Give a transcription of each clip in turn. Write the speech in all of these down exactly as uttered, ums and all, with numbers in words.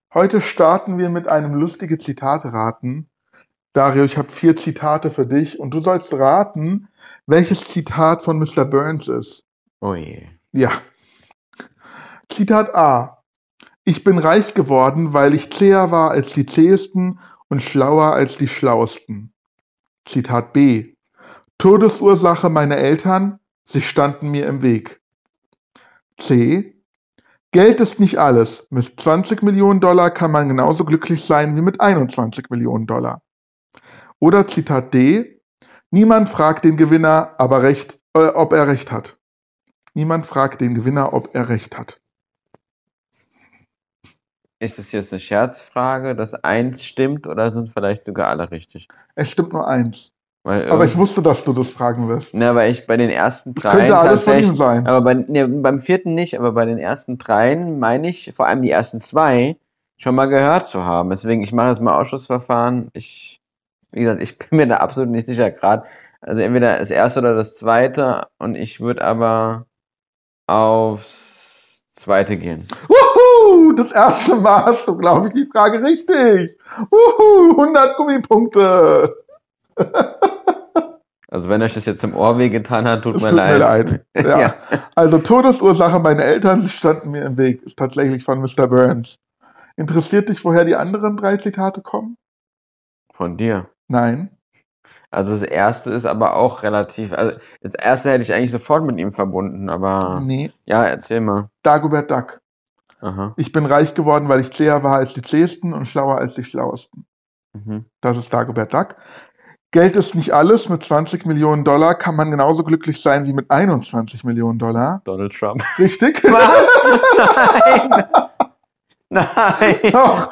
Heute starten wir mit einem lustige Zitate raten. Dario, ich habe vier Zitate für dich und du sollst raten, welches Zitat von Mister Burns ist. Oh je. Ja. Zitat A. Ich bin reich geworden, weil ich zäher war als die Zähesten und schlauer als die Schlauesten. Zitat B. Todesursache meiner Eltern, sie standen mir im Weg. C. Geld ist nicht alles. Mit zwanzig Millionen Dollar kann man genauso glücklich sein wie mit einundzwanzig Millionen Dollar. Oder Zitat D. Niemand fragt den Gewinner, aber recht, äh, ob er recht hat. Niemand fragt den Gewinner, ob er recht hat. Ist es jetzt eine Scherzfrage, dass eins stimmt oder sind vielleicht sogar alle richtig? Es stimmt nur eins. Weil Aber ich wusste, dass du das fragen wirst. Na, weil ich bei den ersten Das dreien könnte alles von ihm tatsächlich, sein. aber bei, ne, beim vierten nicht, aber bei den ersten dreien meine ich, vor allem die ersten zwei, schon mal gehört zu haben. Deswegen, ich mache jetzt mal Ausschussverfahren. Ich, wie gesagt, ich bin mir da absolut nicht sicher gerade. Also entweder das erste oder das zweite und ich würde aber aufs zweite gehen. Wuhu! Das erste Mal hast du, glaube ich, die Frage richtig. Wuhu! hundert Gummipunkte. Also wenn euch das jetzt im Ohr wehgetan hat, tut Es mir tut leid. mir leid. Ja. Ja. Also Todesursache meiner Eltern, sie standen mir im Weg. Ist tatsächlich von Mister Burns. Interessiert dich, woher die anderen drei Zitate kommen? Von dir. Nein. Also das erste ist aber auch relativ, also das erste hätte ich eigentlich sofort mit ihm verbunden, aber Nee. ja, erzähl mal. Dagobert Duck. Aha. Ich bin reich geworden, weil ich zäher war als die Zähesten und schlauer als die Schlauesten. Mhm. Das ist Dagobert Duck. Geld ist nicht alles. Mit zwanzig Millionen Dollar kann man genauso glücklich sein wie mit einundzwanzig Millionen Dollar. Donald Trump. Richtig? Was? Nein! Nein! Doch.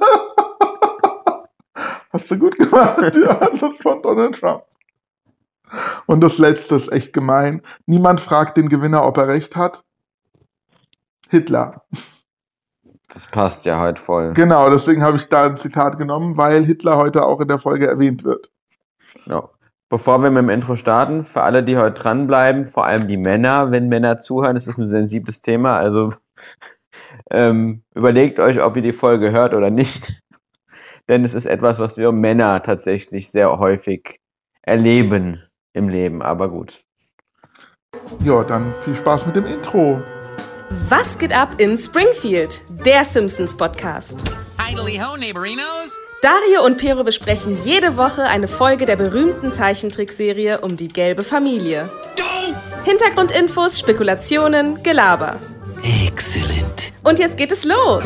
Hast du gut gemacht. Ja, das ist von Donald Trump. Und das letzte ist echt gemein. Niemand fragt den Gewinner, ob er recht hat. Hitler. Das passt ja heute voll. Genau, deswegen habe ich da ein Zitat genommen, weil Hitler heute auch in der Folge erwähnt wird. Ja. Bevor wir mit dem Intro starten, für alle, die heute dranbleiben, vor allem die Männer, wenn Männer zuhören, das ist ein sensibles Thema, also ähm, überlegt euch, ob ihr die Folge hört oder nicht. Denn es ist etwas, was wir Männer tatsächlich sehr häufig erleben im Leben, aber gut. Ja, dann viel Spaß mit dem Intro. Was geht ab in Springfield? Der Simpsons Podcast. Idly ho, neighborinos. Dario und Pero besprechen jede Woche eine Folge der berühmten Zeichentrickserie um die gelbe Familie. Hintergrundinfos, Spekulationen, Gelaber. Excellent. Und jetzt geht es los.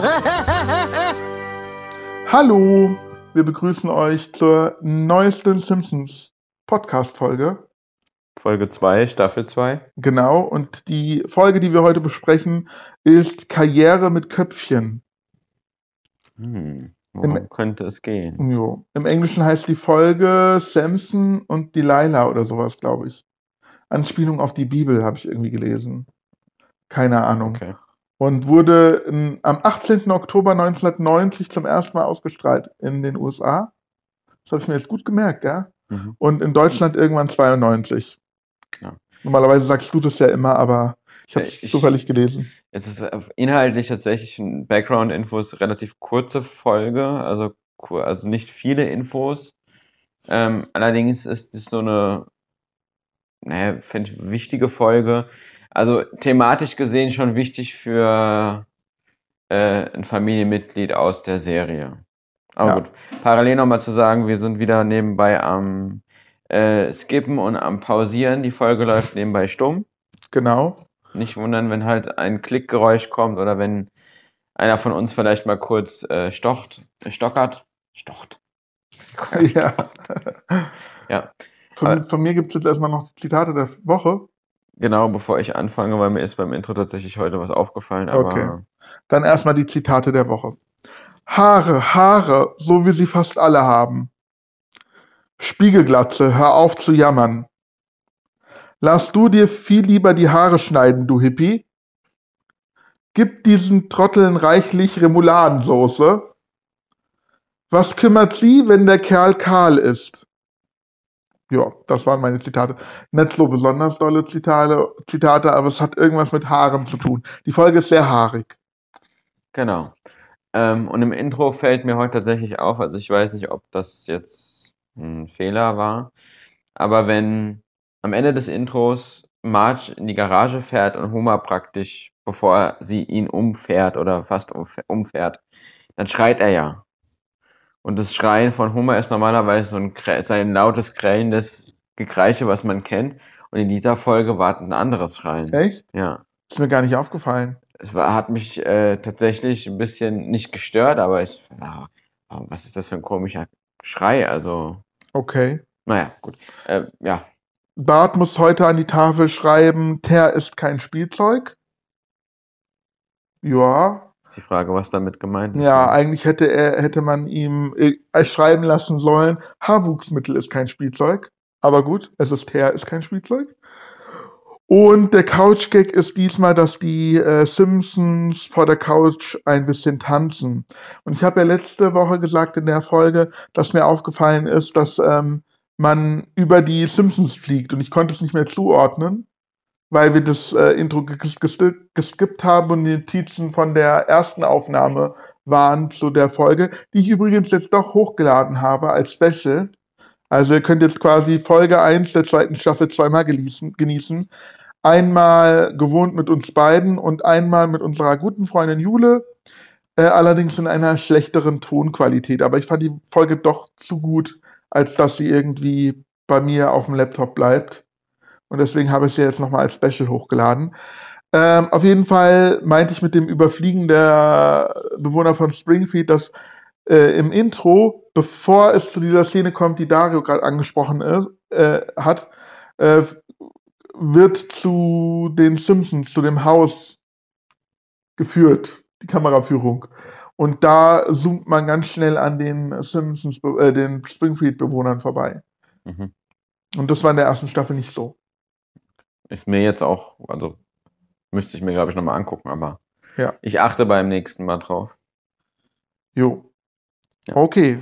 Hallo, wir begrüßen euch zur neuesten Simpsons Podcast-Folge. Folge zwei, Staffel zwei. Genau, und die Folge, die wir heute besprechen, ist Karriere mit Köpfchen. Hm, worum Im- könnte es gehen? Jo. Im Englischen heißt die Folge Samson und Delilah oder sowas, glaube ich. Anspielung auf die Bibel habe ich irgendwie gelesen. Keine Ahnung. Okay. Und wurde in, am achtzehnten Oktober neunzehnhundertneunzig zum ersten Mal ausgestrahlt in den U S A. Das habe ich mir jetzt gut gemerkt, gell? Mhm. Und in Deutschland irgendwann zweiundneunzig. Ja. Normalerweise sagst du das ja immer, aber ich habe es Ich- zufällig gelesen. Es ist auf- inhaltlich tatsächlich ein Background-Infos, relativ kurze Folge, also, ku- also nicht viele Infos. Ähm, allerdings ist es so eine, naja, finde ich, wichtige Folge. Also thematisch gesehen schon wichtig für äh, ein Familienmitglied aus der Serie. Aber Ja. gut, parallel nochmal zu sagen, wir sind wieder nebenbei am äh, Skippen und am Pausieren. Die Folge läuft nebenbei stumm. Genau. Nicht wundern, wenn halt ein Klickgeräusch kommt oder wenn einer von uns vielleicht mal kurz äh, stocht, äh, stockert. Stocht. Ja. Ja, Von, Aber- von mir gibt es jetzt erstmal noch Zitate der Woche. genau, bevor ich anfange, weil mir ist beim Intro tatsächlich heute was aufgefallen, aber Okay. Dann erstmal die Zitate der Woche. Haare, Haare, so wie sie fast alle haben. Spiegelglatze, hör auf zu jammern. Lass du dir viel lieber die Haare schneiden, du Hippie. Gib diesen Trotteln reichlich Remouladensoße. Was kümmert sie, wenn der Kerl kahl ist? Ja, das waren meine Zitate. Nicht so besonders dolle Zitate, Zitate, aber es hat irgendwas mit Haaren zu tun. Die Folge ist sehr haarig. genau. Ähm, und im Intro fällt mir heute tatsächlich auf, also ich weiß nicht, ob das jetzt ein Fehler war, aber wenn am Ende des Intros Marge in die Garage fährt und Homer praktisch, bevor sie ihn umfährt oder fast umf- umfährt, dann schreit er ja. Und das Schreien von Homer ist normalerweise so ein, krä- sein lautes, krähendes Gekreische, was man kennt. Und in dieser Folge war ein anderes Schreien. Echt? Ja. Ist mir gar nicht aufgefallen. Es war, hat mich äh, tatsächlich ein bisschen nicht gestört, aber ich, ja, was ist das für ein komischer Schrei? Also, Okay. naja, gut. Äh, ja, Bart muss heute an die Tafel schreiben, Ter ist kein Spielzeug. Ja. ist die Frage, was damit gemeint ist. Ja, ne? eigentlich hätte er, hätte man ihm äh, schreiben lassen sollen, Haarwuchsmittel ist kein Spielzeug. Aber gut, es ist Ter ist kein Spielzeug. Und der Couch-Gag ist diesmal, dass die äh, Simpsons vor der Couch ein bisschen tanzen. Und ich habe ja letzte Woche gesagt in der Folge, dass mir aufgefallen ist, dass ähm, man über die Simpsons fliegt. Und ich konnte es nicht mehr zuordnen, weil wir das äh, Intro ges ges geskippt haben und die Notizen von der ersten Aufnahme waren zu der Folge, die ich übrigens jetzt doch hochgeladen habe als Special. Also ihr könnt jetzt quasi Folge eins der zweiten Staffel zweimal genießen. genießen. Einmal gewohnt mit uns beiden und einmal mit unserer guten Freundin Jule, äh, allerdings in einer schlechteren Tonqualität. Aber ich fand die Folge doch zu gut, als dass sie irgendwie bei mir auf dem Laptop bleibt. Und deswegen habe ich sie jetzt nochmal als Special hochgeladen. Ähm, auf jeden Fall meinte ich mit dem Überfliegen der Bewohner von Springfield, dass äh, im Intro, bevor es zu dieser Szene kommt, die Dario gerade angesprochen ist, äh, hat, äh, wird zu den Simpsons, zu dem Haus geführt, die Kameraführung. Und da zoomt man ganz schnell an den Simpsons, äh, den Springfield-Bewohnern vorbei. Mhm. Und das war in der ersten Staffel nicht so. Ist mir jetzt auch, also müsste ich mir, glaube ich, nochmal angucken, aber Ja. ich achte beim nächsten Mal drauf. Jo. Ja. Okay.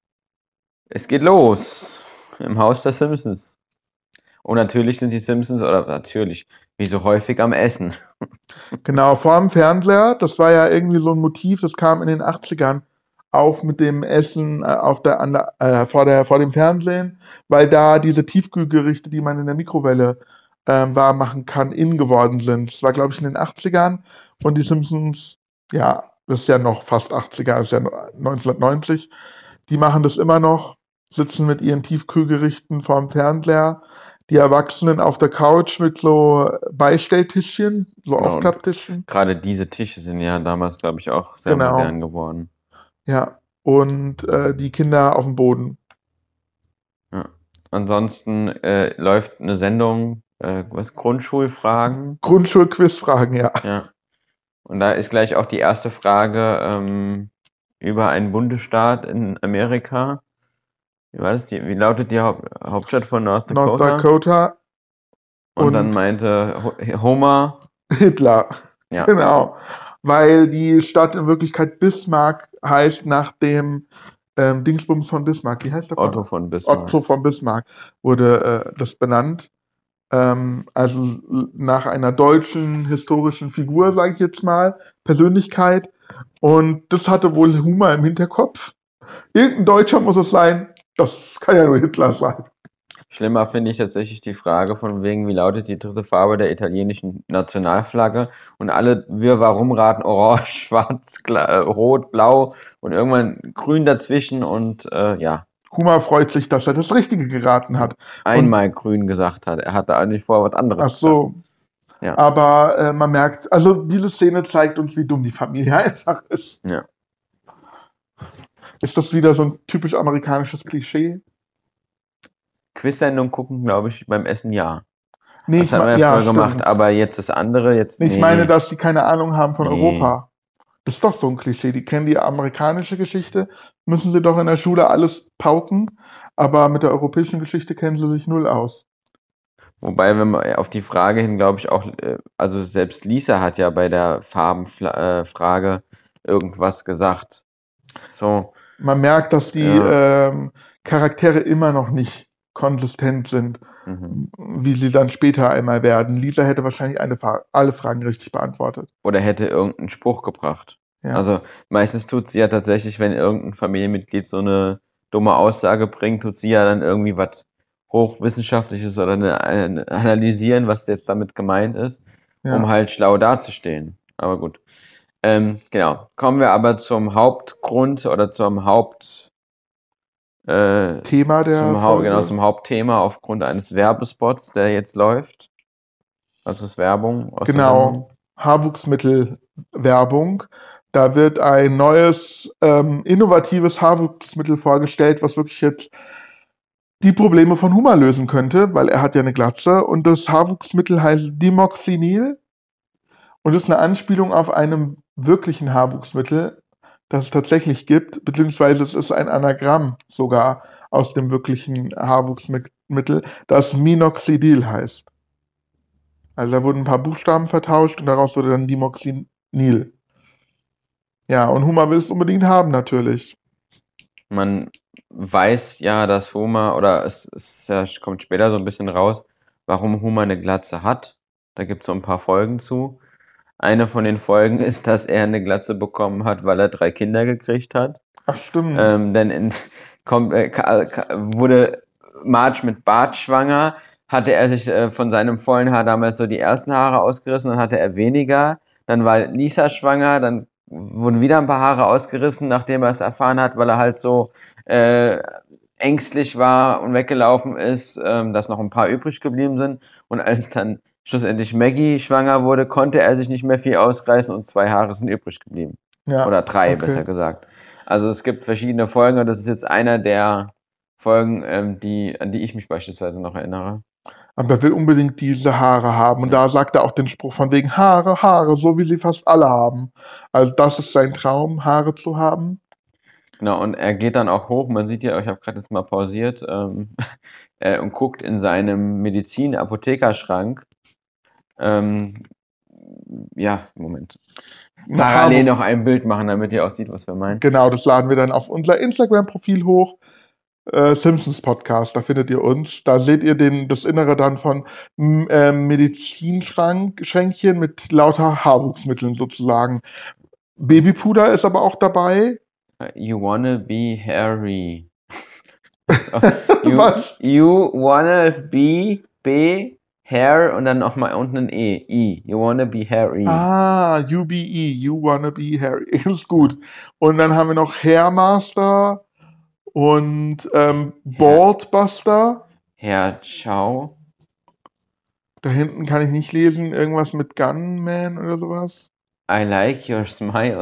Es geht los im Haus der Simpsons. Und natürlich sind die Simpsons, oder natürlich, wie so häufig am Essen. Genau, vor dem Fernseher, das war ja irgendwie so ein Motiv, das kam in den achtzigern auf mit dem Essen äh, auf der, an der, äh, vor, der, vor dem Fernsehen, weil da diese Tiefkühlgerichte, die man in der Mikrowelle ähm, warm machen kann, in geworden sind. Das war, glaube ich, in den achtzigern und die Simpsons, ja, das ist ja noch fast achtziger, das ist ja neunzehnhundertneunzig, die machen das immer noch, sitzen mit ihren Tiefkühlgerichten vor dem Fernseher, die Erwachsenen auf der Couch mit so Beistelltischchen, so Genau. Aufklapptischchen. Gerade diese Tische sind ja damals, glaube ich, auch sehr Genau. modern geworden. Ja, und äh, die Kinder auf dem Boden. Ja. Ansonsten äh, läuft eine Sendung, äh, was, Grundschulfragen. Grundschulquizfragen, ja. Ja. Und da ist gleich auch die erste Frage ähm, über einen Bundesstaat in Amerika. Wie war das? Die, wie lautet die Haupt, Hauptstadt von North Dakota? North Dakota, und, und- dann meinte Ho- Homer, Hitler. ja, Genau. Weil die Stadt in Wirklichkeit Bismarck heißt nach dem ähm, Dingsbums von Bismarck. Wie heißt der? Otto von Bismarck. Otto von Bismarck wurde äh, das benannt. Ähm, also l- nach einer deutschen historischen Figur, sage ich jetzt mal, Persönlichkeit. Und das hatte wohl Homer im Hinterkopf. Irgendein Deutscher muss es sein. Das kann ja nur Hitler sein. Schlimmer finde ich tatsächlich die Frage von wegen, wie lautet die dritte Farbe der italienischen Nationalflagge? Und alle Wirrwarr rumraten, orange, schwarz, kla- äh, rot, blau und irgendwann grün dazwischen und äh, ja, Homer freut sich, dass er das Richtige geraten hat. einmal grün gesagt hat. Er hatte eigentlich vorher was anderes Ach so. Ja. Aber äh, man merkt, also diese Szene zeigt uns, wie dumm die Familie einfach ist. Ja. Ist das wieder so ein typisch amerikanisches Klischee? Quiz-Sendung gucken, glaube ich, beim Essen ja. Nee, Das ich haben wir me- ja früher stimmt. gemacht, aber jetzt das andere, jetzt. Nee, ich nee, meine, nee. dass die keine Ahnung haben von Nee. Europa. Das ist doch so ein Klischee. Die kennen die amerikanische Geschichte, müssen sie doch in der Schule alles pauken, aber mit der europäischen Geschichte kennen sie sich null aus. Wobei, wenn man auf die Frage hin, glaube ich, auch, äh, also selbst Lisa hat ja bei der Farbenfrage irgendwas gesagt. So, Man merkt, dass die Ja. ähm, Charaktere immer noch nicht konsistent sind, mhm. wie sie dann später einmal werden. Lisa hätte wahrscheinlich eine Fra alle Fragen richtig beantwortet. Oder hätte irgendeinen Spruch gebracht. Ja. Also meistens tut sie ja tatsächlich, wenn irgendein Familienmitglied so eine dumme Aussage bringt, tut sie ja dann irgendwie was Hochwissenschaftliches oder eine, eine, analysieren, was jetzt damit gemeint ist, Ja. um halt schlau dazustehen. Aber gut. Ähm, genau. Kommen wir aber zum Hauptgrund oder zum Haupt äh, Thema der zum Haupt, Folge. genau, zum Hauptthema aufgrund eines Werbespots, der jetzt läuft. Was ist Werbung? Aus der Sendung? Genau, Haarwuchsmittelwerbung. Da wird ein neues, ähm, innovatives Haarwuchsmittel vorgestellt, was wirklich jetzt die Probleme von Huma lösen könnte, weil er hat ja eine Glatze. Und das Haarwuchsmittel heißt Dimoxinil und ist eine Anspielung auf einem wirklichen Haarwuchsmittel, das es tatsächlich gibt, beziehungsweise es ist ein Anagramm sogar aus dem wirklichen Haarwuchsmittel, das Minoxidil heißt. Also da wurden ein paar Buchstaben vertauscht und daraus wurde dann Dimoxinil. Ja, und Huma will es unbedingt haben, natürlich. Man weiß ja, dass Huma, oder es, es ja, kommt später so ein bisschen raus, warum Huma eine Glatze hat. Da gibt es so ein paar Folgen zu. Eine von den Folgen ist, dass er eine Glatze bekommen hat, weil er drei Kinder gekriegt hat. Ach, stimmt. Ähm, denn in, kommt, äh, ka- ka- wurde Marge mit Bart schwanger, hatte er sich äh, von seinem vollen Haar damals so die ersten Haare ausgerissen, dann hatte er weniger. Dann war Lisa schwanger, dann wurden wieder ein paar Haare ausgerissen, nachdem er es erfahren hat, weil er halt so äh, ängstlich war und weggelaufen ist, ähm, dass noch ein paar übrig geblieben sind. Und als dann schlussendlich Maggie schwanger wurde, konnte er sich nicht mehr viel ausreißen und zwei Haare sind übrig geblieben. Ja, Oder drei, okay. besser gesagt. Also es gibt verschiedene Folgen und das ist jetzt einer der Folgen, ähm, die, an die ich mich beispielsweise noch erinnere. Aber er will unbedingt diese Haare haben. Und Ja. da sagt er auch den Spruch von wegen Haare, Haare, so wie sie fast alle haben. Also das ist sein Traum, Haare zu haben. Genau, und er geht dann auch hoch, man sieht ja, ich habe gerade jetzt mal pausiert, ähm, äh, und guckt in seinem Medizin-Apothekerschrank. Ähm, ja, Moment. Nach Parallel Haarwuchs- noch ein Bild machen, damit ihr auch sieht, was wir meinen. Genau, das laden wir dann auf unser Instagram-Profil hoch. Äh, Simpsons Podcast, da findet ihr uns. Da seht ihr den, das Innere dann von m, äh, Medizinschränkchen mit lauter Haarwuchsmitteln sozusagen. Babypuder ist aber auch dabei. You wanna be hairy. Oh, you, Was? you wanna be, be, hair und dann nochmal unten ein E. I. You wanna be hairy. Ah, U B E, You Wanna Be Harry. Ist gut. Und dann haben wir noch Hairmaster und ähm, Baldbuster. Herr Chow. Da hinten kann ich nicht lesen, irgendwas mit Gunman oder sowas. I like your smile.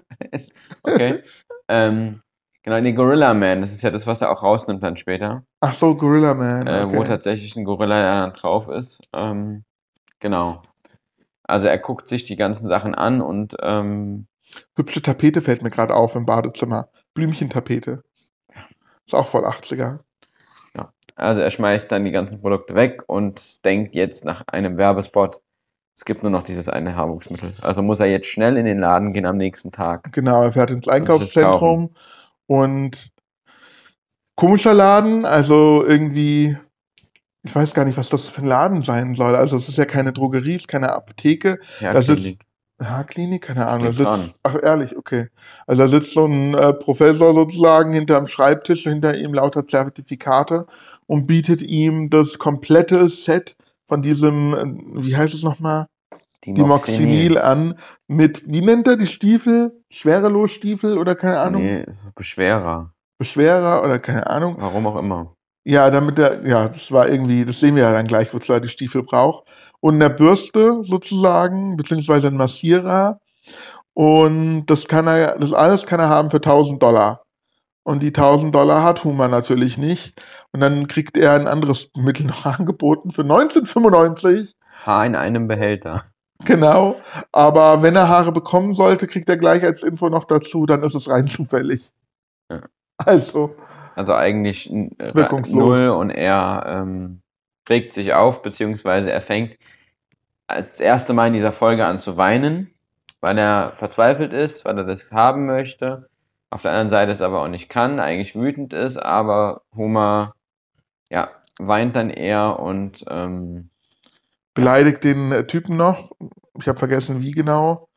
Okay. ähm, genau, nee, Gorilla Man, das ist ja das, was er auch rausnimmt dann später. Ach so, Gorilla Man. Äh, wo Okay. tatsächlich ein Gorilla der dann drauf ist. Ähm, genau. Also er guckt sich die ganzen Sachen an und ähm, Hübsche Tapete fällt mir gerade auf im Badezimmer. Blümchentapete. Ist auch voll achtziger. also er schmeißt dann die ganzen Produkte weg und denkt jetzt nach einem Werbespot, es gibt nur noch dieses eine Haarwuchsmittel. Also muss er jetzt schnell in den Laden gehen am nächsten Tag. Genau, er fährt ins es Einkaufszentrum und komischer Laden, also irgendwie, ich weiß gar nicht, was das für ein Laden sein soll. Also es ist ja keine Drogerie, es ist keine Apotheke. Ja, Da sitzt Klinik. Haarklinik, keine Ahnung. Da Steht sitzt, dran. ach ehrlich, okay. Also da sitzt so ein äh, Professor sozusagen hinterm Schreibtisch, hinter ihm lauter Zertifikate und bietet ihm das komplette Set von diesem, äh, wie heißt es nochmal? Dimoxinil an mit, wie nennt er die Stiefel? Schwerelos-Stiefel oder keine Ahnung? Nee, es ist Beschwerer. Beschwerer oder keine Ahnung. Warum auch immer. Ja, damit der, ja, das war irgendwie, das sehen wir ja dann gleich, wozu er die Stiefel braucht. Und eine Bürste sozusagen, beziehungsweise ein Massierer. Und das kann er, das alles kann er haben für tausend Dollar. Und die tausend Dollar hat Huma natürlich nicht. Und dann kriegt er ein anderes Mittel noch angeboten für neunzehnhundertfünfundneunzig. Haar in einem Behälter. Genau. Aber wenn er Haare bekommen sollte, kriegt er gleich als Info noch dazu, dann ist es rein zufällig. Ja. Also. Also eigentlich n- ra- Wirkungslos. null und er ähm, regt sich auf, beziehungsweise er fängt als erste Mal in dieser Folge an zu weinen, weil er verzweifelt ist, weil er das haben möchte. Auf der anderen Seite es aber auch nicht kann, eigentlich wütend ist, aber Homer ja, weint dann eher und ähm, Beleidigt den äh, Typen noch. Ich habe vergessen, wie genau.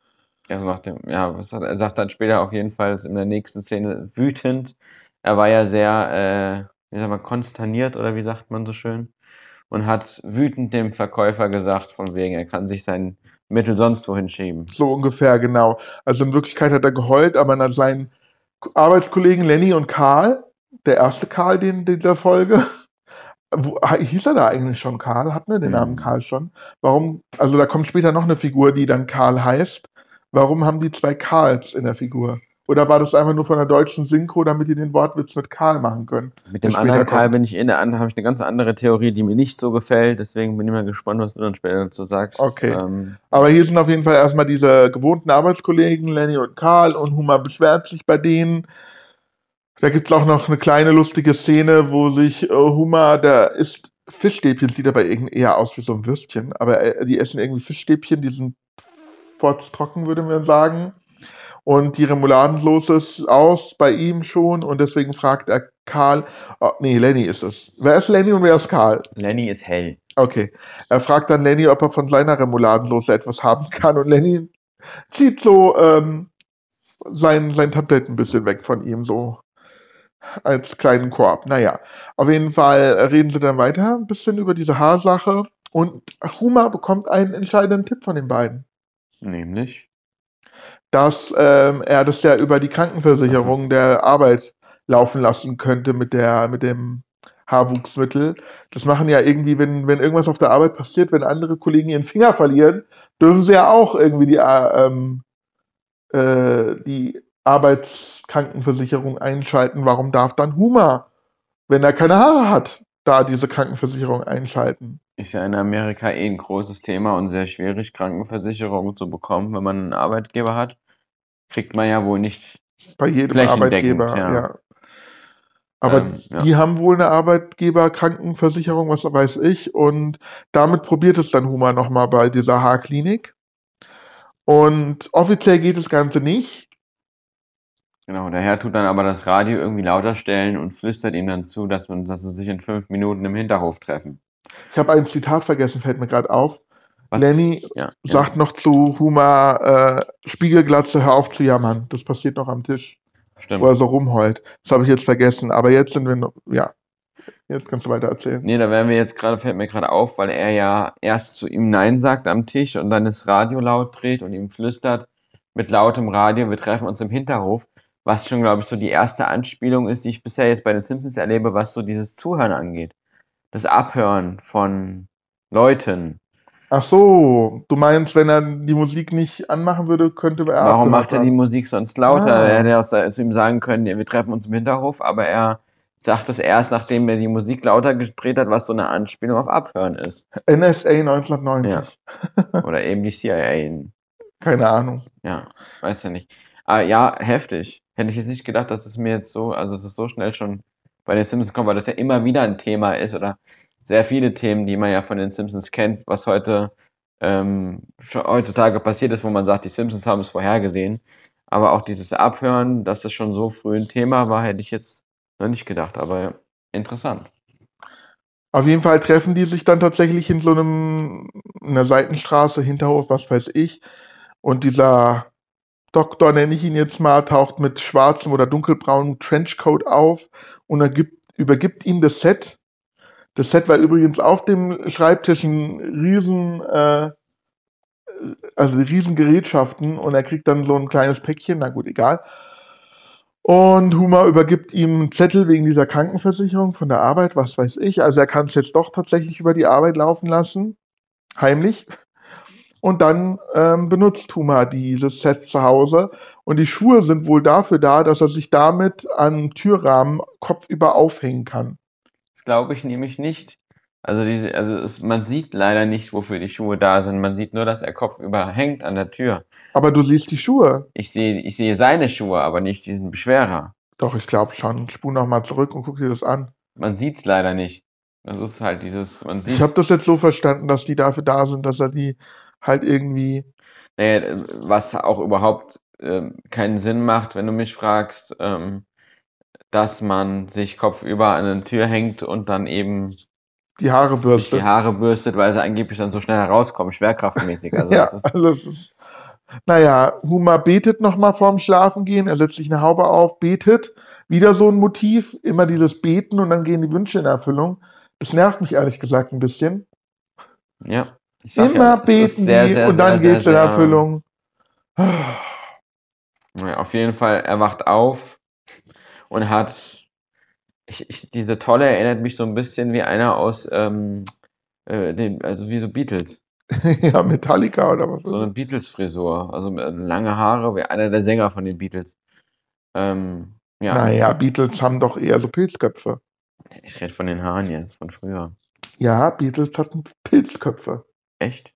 Also nach dem, ja, was hat, er sagt dann später auf jeden Fall in der nächsten Szene wütend. Er war ja sehr, äh, wie sagt man, konsterniert oder wie sagt man so schön. Und hat wütend dem Verkäufer gesagt, von wegen, er kann sich sein Mittel sonst wohin schieben. So ungefähr, genau. Also in Wirklichkeit hat er geheult, aber nach seinen Arbeitskollegen Lenny und Karl, der erste Karl den, dieser Folge, wo, hieß er da eigentlich schon Karl? Hatten wir den Hm. Namen Karl schon? Warum, also da kommt später noch eine Figur, die dann Karl heißt. Warum haben die zwei Karls in der Figur? Oder war das einfach nur von der deutschen Synchro, damit die den Wortwitz mit Karl machen können? Mit dem der anderen später Karl kommt? bin ich in der anderen, habe ich eine ganz andere Theorie, die mir nicht so gefällt. Deswegen bin ich mal gespannt, was du dann später dazu sagst. Okay. Ähm, Aber hier sind auf jeden Fall erstmal diese gewohnten Arbeitskollegen, Lenny und Karl, und Homer beschwert sich bei denen. Da gibt es auch noch eine kleine lustige Szene, wo sich äh, Homer, der isst Fischstäbchen, sieht aber irgendwie eher aus wie so ein Würstchen, aber äh, die essen irgendwie Fischstäbchen, die sind trocken, würde man sagen. Und die Remouladensoße ist aus bei ihm schon und deswegen fragt er Karl, oh, nee, Lenny ist es. Wer ist Lenny und wer ist Karl? Lenny ist hell. Okay. Er fragt dann Lenny, ob er von seiner Remouladensoße etwas haben kann und Lenny zieht so ähm, sein, sein Tablett ein bisschen weg von ihm, so als kleinen Korb. Naja, auf jeden Fall reden sie dann weiter ein bisschen über diese Haarsache und Homer bekommt einen entscheidenden Tipp von den beiden, Nämlich? dass ähm, er das ja über die Krankenversicherung der Arbeit laufen lassen könnte mit der mit dem Haarwuchsmittel. Das machen ja irgendwie, wenn, wenn irgendwas auf der Arbeit passiert, wenn andere Kollegen ihren Finger verlieren, dürfen sie ja auch irgendwie die, äh, ähm, äh, die Arbeitskrankenversicherung einschalten. Warum darf dann Homer, wenn er keine Haare hat, da diese Krankenversicherung einschalten? Ist ja in Amerika eh ein großes Thema und sehr schwierig, Krankenversicherungen zu bekommen, wenn man einen Arbeitgeber hat. Kriegt man ja wohl nicht Bei jedem flächendeckend, Arbeitgeber, ja. ja. Aber Ähm, ja. die haben wohl eine Arbeitgeberkrankenversicherung, was weiß ich. Und damit probiert es dann Homer nochmal bei dieser Haarklinik. Und offiziell geht das Ganze nicht. Genau, der Herr tut dann aber das Radio irgendwie lauter stellen und flüstert ihm dann zu, dass, man, dass sie sich in fünf Minuten im Hinterhof treffen. Ich habe ein Zitat vergessen, fällt mir gerade auf. Was? Lenny Ja, ja. sagt noch zu Homer, äh, Spiegelglatze, hör auf zu jammern. Das passiert noch am Tisch, Stimmt. wo er so rumheult. Das habe ich jetzt vergessen. Aber jetzt sind wir, noch, ja, jetzt kannst du weiter erzählen. Nee, da wären wir jetzt gerade, fällt mir gerade auf, weil er ja erst zu ihm Nein sagt am Tisch und dann das Radio laut dreht und ihm flüstert mit lautem Radio, wir treffen uns im Hinterhof, was schon, glaube ich, so die erste Anspielung ist, die ich bisher jetzt bei den Simpsons erlebe, was so dieses Zuhören angeht. Das Abhören von Leuten. Ach so, du meinst, wenn er die Musik nicht anmachen würde, könnte er Warum abgehört macht er die haben. Musik sonst lauter? Ah. Er hätte auch zu ihm sagen können, ja, wir treffen uns im Hinterhof, aber er sagt es erst, nachdem er die Musik lauter gedreht hat, was so eine Anspielung auf Abhören ist. N S A neunzehnhundertneunzig. Oder eben die C I A. Keine Ahnung. Ja, weiß ja nicht. Aber ja, heftig. Hätte ich jetzt nicht gedacht, dass es mir jetzt so, also es ist so schnell schon bei den Simpsons kommt, weil das ja immer wieder ein Thema ist oder sehr viele Themen, die man ja von den Simpsons kennt, was heute ähm, schon heutzutage passiert ist, wo man sagt, die Simpsons haben es vorhergesehen. Aber auch dieses Abhören, dass das schon so früh ein Thema war, hätte ich jetzt noch nicht gedacht. Aber interessant. Auf jeden Fall treffen die sich dann tatsächlich in so einem, in einer Seitenstraße, Hinterhof, was weiß ich. Und dieser Doktor, nenne ich ihn jetzt mal, taucht mit schwarzem oder dunkelbraunem Trenchcoat auf und er gibt, übergibt ihm das Set. Das Set war übrigens auf dem Schreibtisch ein riesen, äh, also riesen Gerätschaften und er kriegt dann so ein kleines Päckchen, na gut, egal. Und Homer übergibt ihm einen Zettel wegen dieser Krankenversicherung von der Arbeit, was weiß ich. Also er kann es jetzt doch tatsächlich über die Arbeit laufen lassen, heimlich. Und dann ähm, benutzt Homer dieses Set zu Hause. Und die Schuhe sind wohl dafür da, dass er sich damit an Türrahmen kopfüber aufhängen kann. Das glaube ich nämlich nicht. Also, diese, also es, man sieht leider nicht, wofür die Schuhe da sind. Man sieht nur, dass er kopfüber hängt an der Tür. Aber du siehst die Schuhe. Ich sehe, ich sehe seine Schuhe, aber nicht diesen Beschwerer. Doch, ich glaube schon. Spul noch mal zurück und guck dir das an. Man sieht es leider nicht. Das ist halt dieses, man sieht. Ich habe das jetzt so verstanden, dass die dafür da sind, dass er die halt irgendwie... Naja, was auch überhaupt ähm, keinen Sinn macht, wenn du mich fragst, ähm, dass man sich kopfüber an eine Tür hängt und dann eben die Haare sich bürstet. die Haare bürstet, weil sie angeblich dann so schnell herauskommen, schwerkraftmäßig. Also Ja, das ist, also das ist Naja, Homer betet nochmal vorm Schlafengehen, er setzt sich eine Haube auf, betet. Wieder so ein Motiv, immer dieses Beten und dann gehen die Wünsche in Erfüllung. Das nervt mich ehrlich gesagt ein bisschen. Ja. Ich sag Immer ja, es ist beten sehr, die sehr, und dann sehr, geht's sehr, in sehr- Erfüllung. Ja, auf jeden Fall, er wacht auf und hat, ich, ich, diese Tolle erinnert mich so ein bisschen wie einer aus, ähm, äh, den, also wie so Beatles. Ja, Metallica oder was? So ist eine Beatles-Frisur. Also äh, lange Haare, wie einer der Sänger von den Beatles. Ähm, ja, Naja, Beatles haben doch eher so Pilzköpfe. ich rede von den Haaren jetzt, von früher. Ja, Beatles hatten Pilzköpfe. Echt?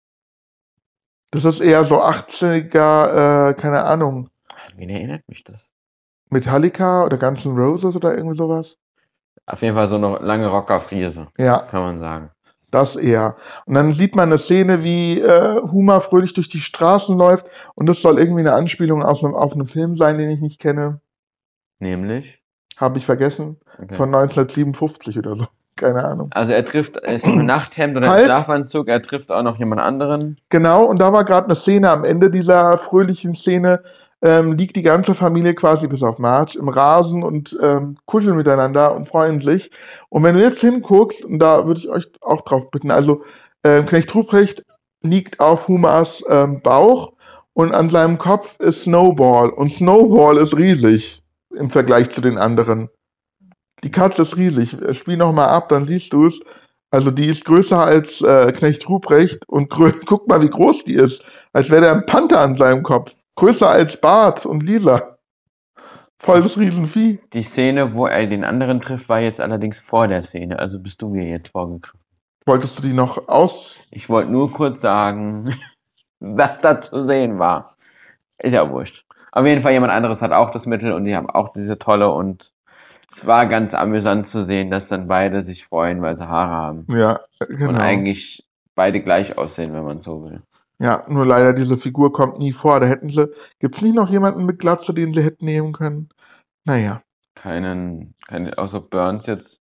Das ist eher so achtziger, äh, keine Ahnung, An wen erinnert mich das? Metallica oder Guns N' Roses oder irgendwie sowas. Auf jeden Fall so eine lange Rockerfriese, Ja, kann man sagen. das eher. Und dann sieht man eine Szene, wie äh, Homer fröhlich durch die Straßen läuft und das soll irgendwie eine Anspielung aus einem, auf einen Film sein, den ich nicht kenne. Nämlich? Habe ich vergessen. Okay. Von neunzehnhundertsiebenundfünfzig oder so. Keine Ahnung. Also er trifft, er ist im Nachthemd oder im Halt! Schlafanzug, er trifft auch noch jemand anderen. Genau, und da war gerade eine Szene, am Ende dieser fröhlichen Szene ähm, liegt die ganze Familie quasi bis auf Marge im Rasen und ähm, kuscheln miteinander und freuen sich. Und wenn du jetzt hinguckst, und da würde ich euch auch drauf bitten, also ähm, Knecht Ruprecht liegt auf Homers ähm, Bauch und an seinem Kopf ist Snowball. Und Snowball ist riesig im Vergleich zu den anderen. Die Katze ist riesig. Spiel noch mal ab, dann siehst du es. Also die ist größer als äh, Knecht Ruprecht und grö- guck mal, wie groß die ist. Als wäre da ein Panther an seinem Kopf. Größer als Bart und Lisa. Voll das Riesenvieh. Die Szene, wo er den anderen trifft, war jetzt allerdings vor der Szene. Also bist du mir jetzt vorgegriffen. Wolltest du die noch aus... Ich wollte nur kurz sagen, was da zu sehen war. Ist ja wurscht. Auf jeden Fall, jemand anderes hat auch das Mittel und die haben auch diese tolle und es war ganz amüsant zu sehen, dass dann beide sich freuen, weil sie Haare haben. Ja, genau. Und eigentlich beide gleich aussehen, wenn man so will. Ja, nur leider, diese Figur kommt nie vor. Da hätten sie... Gibt's nicht noch jemanden mit Glatze, den sie hätten nehmen können? Naja. Keinen, keine, außer Burns jetzt,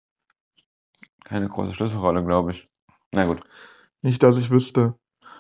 keine große Schlüsselrolle, glaube ich. Na gut. Nicht, dass ich wüsste.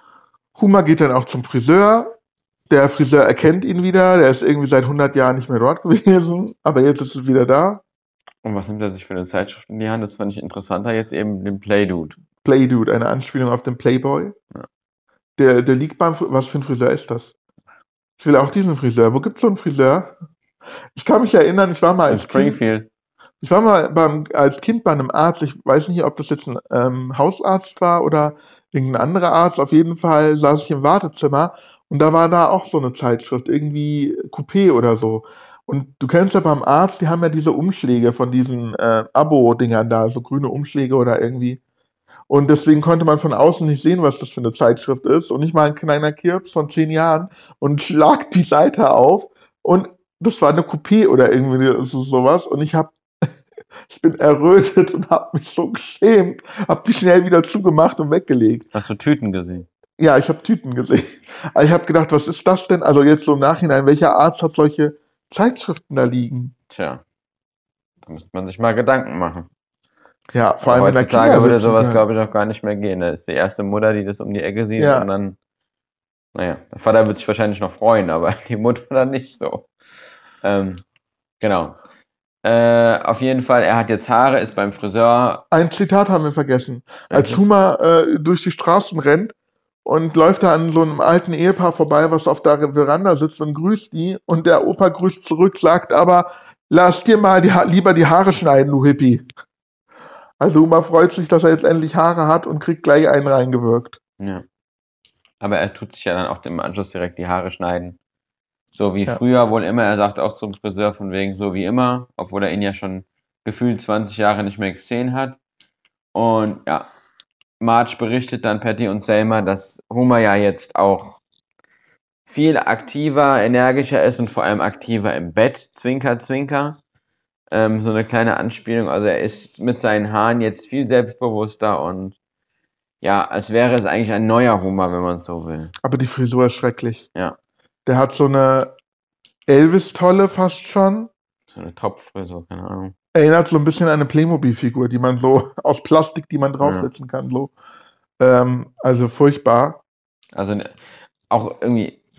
Homer geht dann auch zum Friseur. Der Friseur erkennt ihn wieder. Der ist irgendwie seit hundert Jahren nicht mehr dort gewesen. Aber jetzt ist es wieder da. Und was nimmt er sich für eine Zeitschrift in die Hand? Das fand ich interessanter, jetzt eben den Playdude. Playdude, eine Anspielung auf den Playboy. Ja. Der, der liegt beim... Fr- Was für ein Friseur ist das? Ich will auch diesen Friseur. Wo gibt's so einen Friseur? Ich kann mich erinnern, ich war mal In als Kind... Springfield. Ich war mal beim, als Kind bei einem Arzt, ich weiß nicht, ob das jetzt ein ähm, Hausarzt war oder irgendein anderer Arzt, auf jeden Fall saß ich im Wartezimmer und da war da auch so eine Zeitschrift, irgendwie Coupé oder so. Und du kennst ja beim Arzt, die haben ja diese Umschläge von diesen äh, Abo-Dingern da, so grüne Umschläge oder irgendwie. Und deswegen konnte man von außen nicht sehen, was das für eine Zeitschrift ist. Und ich war ein kleiner Kirps von zehn Jahren und schlag die Seite auf und das war eine Coupé oder irgendwie so- sowas und ich habe ich bin errötet und habe mich so geschämt, habe die schnell wieder zugemacht und weggelegt. Hast du Tüten gesehen? Ja, ich habe Tüten gesehen. Aber ich habe gedacht, was ist das denn? Also jetzt so im Nachhinein, welcher Arzt hat solche Zeitschriften da liegen? Tja, da müsste man sich mal Gedanken machen. Ja, vor allem Aber in der heutzutage würde Kindersitzung, sowas, ja. glaube ich, auch gar nicht mehr gehen. Da ist die erste Mutter, die das um die Ecke sieht Ja. und dann, naja, der Vater wird sich wahrscheinlich noch freuen, aber die Mutter dann nicht so. Ähm, genau. Äh, auf jeden Fall, er hat jetzt Haare, ist beim Friseur. Ein Zitat haben wir vergessen. Als Welches? Homer äh, durch die Straßen rennt und läuft da an so einem alten Ehepaar vorbei, was auf der Veranda sitzt und grüßt die und der Opa grüßt zurück, sagt aber, lass dir mal die ha- lieber die Haare schneiden, du Hippie. Also Homer freut sich, dass er jetzt endlich Haare hat und kriegt gleich einen reingewirkt. Ja. Aber er tut sich ja dann auch im Anschluss direkt die Haare schneiden. So wie Ja. früher wohl immer. Er sagt auch zum Friseur von wegen so wie immer, obwohl er ihn ja schon gefühlt zwanzig Jahre nicht mehr gesehen hat. Und ja, Marge berichtet dann Patty und Selma, dass Homer ja jetzt auch viel aktiver, energischer ist und vor allem aktiver im Bett. Zwinker, zwinker. Ähm, so eine kleine Anspielung. Also er ist mit seinen Haaren jetzt viel selbstbewusster und ja, als wäre es eigentlich ein neuer Homer, wenn man so will. Aber die Frisur ist schrecklich. Ja. Der hat so eine Elvis-Tolle fast schon. So eine Topfrisur, keine Ahnung. Erinnert so ein bisschen an eine Playmobil-Figur, die man so aus Plastik, die man draufsetzen kann. So. Ähm, also furchtbar. Also ne- auch irgendwie,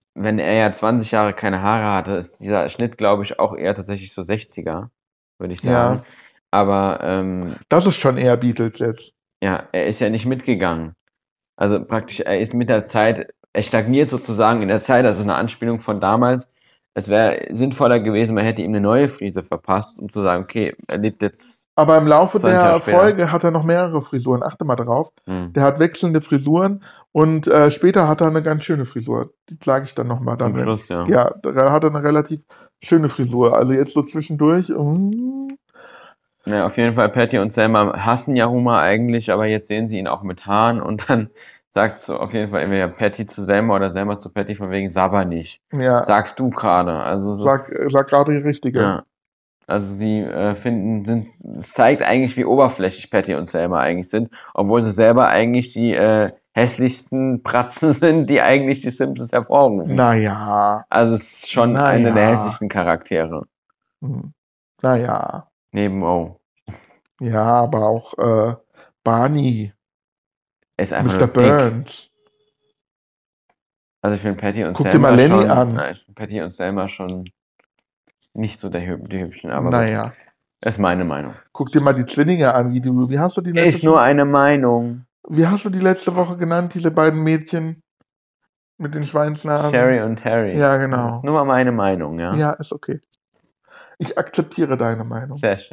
wenn er ja zwanzig Jahre keine Haare hatte, ist dieser Schnitt, glaube ich, auch eher tatsächlich so sechziger, würde ich sagen. Ja. Aber ähm, Das ist schon eher Beatles jetzt. ja, er ist ja nicht mitgegangen. Also praktisch, er ist mit der Zeit, er stagniert sozusagen in der Zeit, also eine Anspielung von damals. Es wäre sinnvoller gewesen, man hätte ihm eine neue Frise verpasst, um zu sagen, okay, er lebt jetzt. Aber im Laufe zwanzig der Jahre später. Folge hat er noch mehrere Frisuren. Achte mal drauf. Hm, Der hat wechselnde Frisuren und äh, später hat er eine ganz schöne Frisur. Die sage ich dann nochmal. zum Dann, Schluss, ja. ja, da hat er eine relativ schöne Frisur. Also jetzt so zwischendurch. mm, Ja, auf jeden Fall, Patty und Selma hassen ja Homer eigentlich, aber jetzt sehen sie ihn auch mit Haaren und dann sagt so auf jeden Fall entweder Patty zu Selma oder Selma zu Patty von wegen sabber nicht. Ja, Sagst du gerade. Also es sag, ist, sag gerade die richtige. ja. Also sie äh, finden, sind, es zeigt eigentlich, wie oberflächlich Patty und Selma eigentlich sind, obwohl sie selber eigentlich die äh, hässlichsten Pratzen sind, die eigentlich die Simpsons hervorrufen. Naja. Also es ist schon Na einer ja. der hässlichsten Charaktere. Hm. Naja. Neben O. Ja, aber auch äh, Barney, Er ist einfach Mister nur dick. Burns. Also ich finde Patty und Guck dir Selma mal Lenny schon, an. na, ich finde Patty und Selma schon nicht so der Hüb die Hübschen, aber gut, Naja. das ist meine Meinung. Guck dir mal die Zwillinge an, wie du, wie hast du die letzte, Ist nur eine Meinung. wie hast du die letzte Woche genannt, diese beiden Mädchen mit den Schweinsnasen? Sherry und Terry. Ja, genau. Das ist nur meine Meinung, ja. Ja, ist okay. Ich akzeptiere deine Meinung. Sehr schön.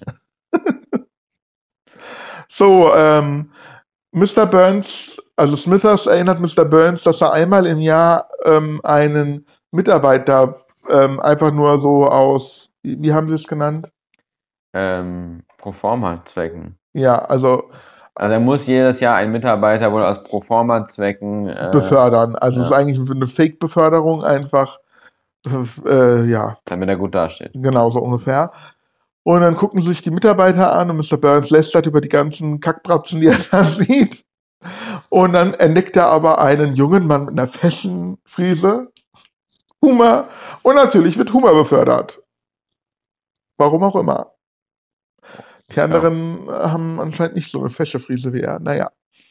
So, ähm, Mister Burns, also Smithers erinnert Mister Burns, dass er einmal im Jahr ähm, einen Mitarbeiter ähm, einfach nur so aus, wie, wie haben sie es genannt? Ähm, Proforma-Zwecken. Ja, also Also er muss jedes Jahr einen Mitarbeiter wohl aus Proforma-Zwecken äh, befördern. Also es ja. ist eigentlich eine Fake-Beförderung, einfach, äh, ja, damit er gut dasteht. genau so ungefähr. Und dann gucken sich die Mitarbeiter an und Mister Burns lästert über die ganzen Kackbratzen, die er da sieht. Und dann entdeckt er aber einen jungen Mann mit einer Fashion-Frise, Homer, und natürlich wird Homer befördert. Warum auch immer. Die anderen haben anscheinend nicht so eine Fashion-Frise wie er. Naja.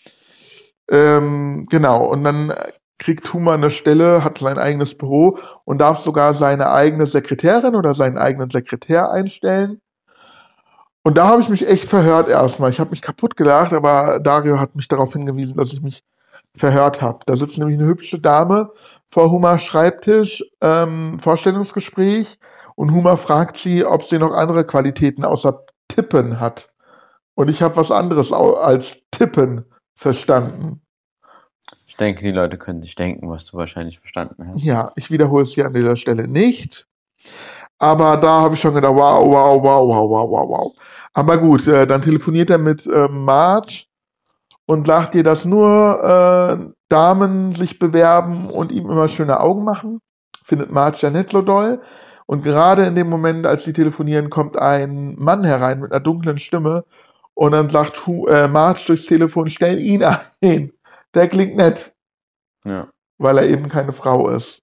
Ähm, genau, und dann kriegt Homer eine Stelle, hat sein eigenes Büro und darf sogar seine eigene Sekretärin oder seinen eigenen Sekretär einstellen. Und da habe ich mich echt verhört erstmal. Ich habe mich kaputt gelacht, aber Dario hat mich darauf hingewiesen, dass ich mich verhört habe. Da sitzt nämlich eine hübsche Dame vor Homers Schreibtisch, ähm, Vorstellungsgespräch, und Homer fragt sie, ob sie noch andere Qualitäten außer Tippen hat. Und ich habe was anderes au- als Tippen verstanden. Ich denke, die Leute können sich denken, was du wahrscheinlich verstanden hast. Ja, ich wiederhole es hier an dieser Stelle nicht. Aber da habe ich schon gedacht, wow, wow, wow, wow, wow, wow, wow. Aber gut, äh, dann telefoniert er mit äh, Marge und sagt ihr, dass nur äh, Damen sich bewerben und ihm immer schöne Augen machen. Findet Marge ja nicht so doll. Und gerade in dem Moment, als sie telefonieren, kommt ein Mann herein mit einer dunklen Stimme und dann sagt Hu- äh, Marge durchs Telefon, stell ihn ein. Der klingt nett, Ja. weil er eben keine Frau ist.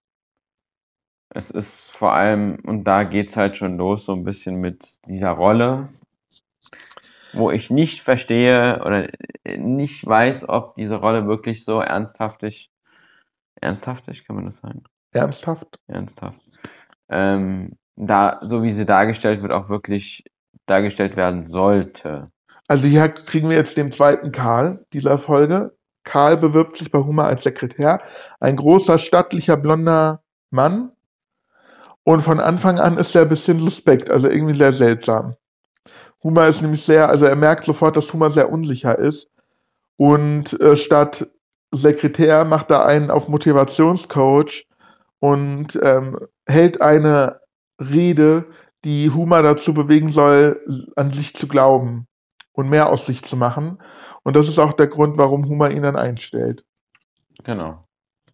Es ist vor allem, und da geht's halt schon los, so ein bisschen mit dieser Rolle, wo ich nicht verstehe oder nicht weiß, ob diese Rolle wirklich so ernsthaftig, ernsthaftig, kann man das sagen? Ernsthaft? Ernsthaft. Ähm, da, so wie sie dargestellt wird, auch wirklich dargestellt werden sollte. Also hier kriegen wir jetzt den zweiten Karl dieser Folge. Karl bewirbt sich bei Homer als Sekretär. Ein großer, stattlicher, blonder Mann. Und von Anfang an ist er ein bisschen suspekt, also irgendwie sehr seltsam. Homer ist nämlich sehr, also er merkt sofort, dass Homer sehr unsicher ist. Und äh, statt Sekretär macht er einen auf Motivationscoach und ähm, hält eine Rede, die Homer dazu bewegen soll, an sich zu glauben und mehr aus sich zu machen. Und das ist auch der Grund, warum Homer ihn dann einstellt. Genau.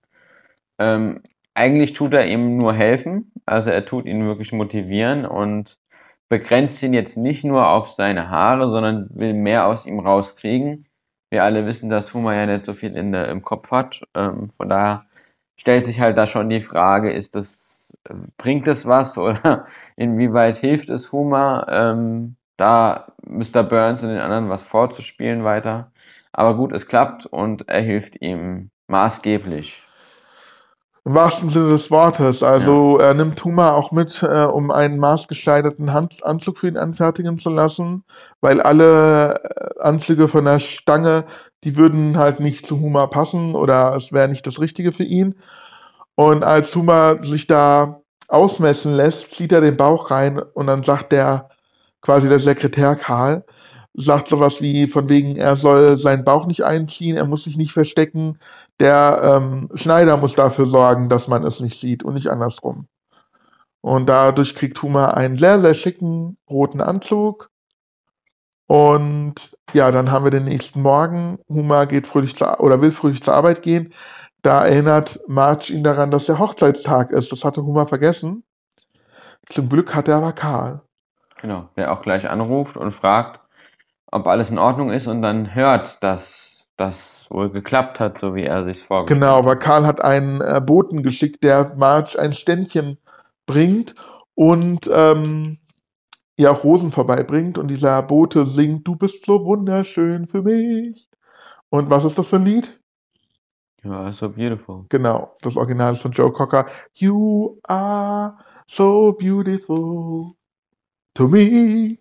Ähm, eigentlich tut er ihm nur helfen, also er tut ihn wirklich motivieren und begrenzt ihn jetzt nicht nur auf seine Haare, sondern will mehr aus ihm rauskriegen. Wir alle wissen, dass Homer ja nicht so viel in der, im Kopf hat, ähm, von daher stellt sich halt da schon die Frage, ist das, bringt es was oder inwieweit hilft es Homer, ähm, da Mister Burns und den anderen was vorzuspielen weiter. Aber gut, es klappt und er hilft ihm maßgeblich. Im wahrsten Sinne des Wortes. Also er nimmt Homer auch mit, äh, um einen maßgeschneiderten Hand Anzug für ihn anfertigen zu lassen, weil alle äh, Anzüge von der Stange, die würden halt nicht zu Homer passen oder es wäre nicht das Richtige für ihn. Und als Homer sich da ausmessen lässt, zieht er den Bauch rein und dann sagt der, quasi der Sekretär Karl, sagt sowas wie von wegen, er soll seinen Bauch nicht einziehen, er muss sich nicht verstecken, der ähm, Schneider muss dafür sorgen, dass man es nicht sieht und nicht andersrum. Und dadurch kriegt Homer einen sehr, sehr schicken roten Anzug. Und ja, dann haben wir den nächsten Morgen. Homer geht fröhlich zur, oder will fröhlich zur Arbeit gehen. Da erinnert Marge ihn daran, dass der Hochzeitstag ist. Das hatte Homer vergessen. Zum Glück hat er aber Karl. Genau, der auch gleich anruft und fragt, ob alles in Ordnung ist und dann hört, dass das wohl geklappt hat, so wie er sich vorgestellt hat. Genau, weil Karl hat einen äh, Boten geschickt, der Marge ein Ständchen bringt und ähm, ihr auch Rosen vorbeibringt. Und dieser Bote singt, du bist so wunderschön für mich. Und was ist das für ein Lied? Ja, so beautiful. Genau, das Original ist von Joe Cocker. You are so beautiful to me.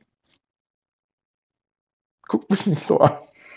Guck mich nicht so an.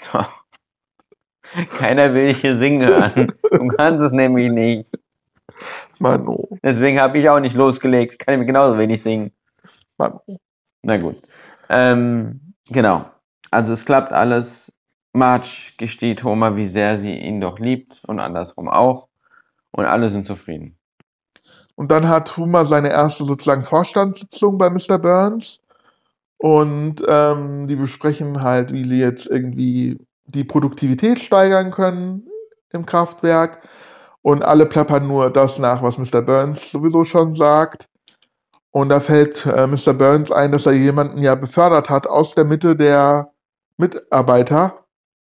Keiner will dich hier singen hören. Du kannst es nämlich nicht. Mano, Deswegen habe ich auch nicht losgelegt. Kann ich mir genauso wenig singen. Mano. Na gut. Ähm, genau. Also es klappt alles. Marge gesteht Homer, wie sehr sie ihn doch liebt und andersrum auch. Und alle sind zufrieden. Und dann hat Homer seine erste sozusagen Vorstandssitzung bei Mister Burns. Und ähm, die besprechen halt, wie sie jetzt irgendwie die Produktivität steigern können im Kraftwerk. Und alle plappern nur das nach, was Mister Burns sowieso schon sagt. Und da fällt äh, Mister Burns ein, dass er jemanden ja befördert hat aus der Mitte der Mitarbeiter.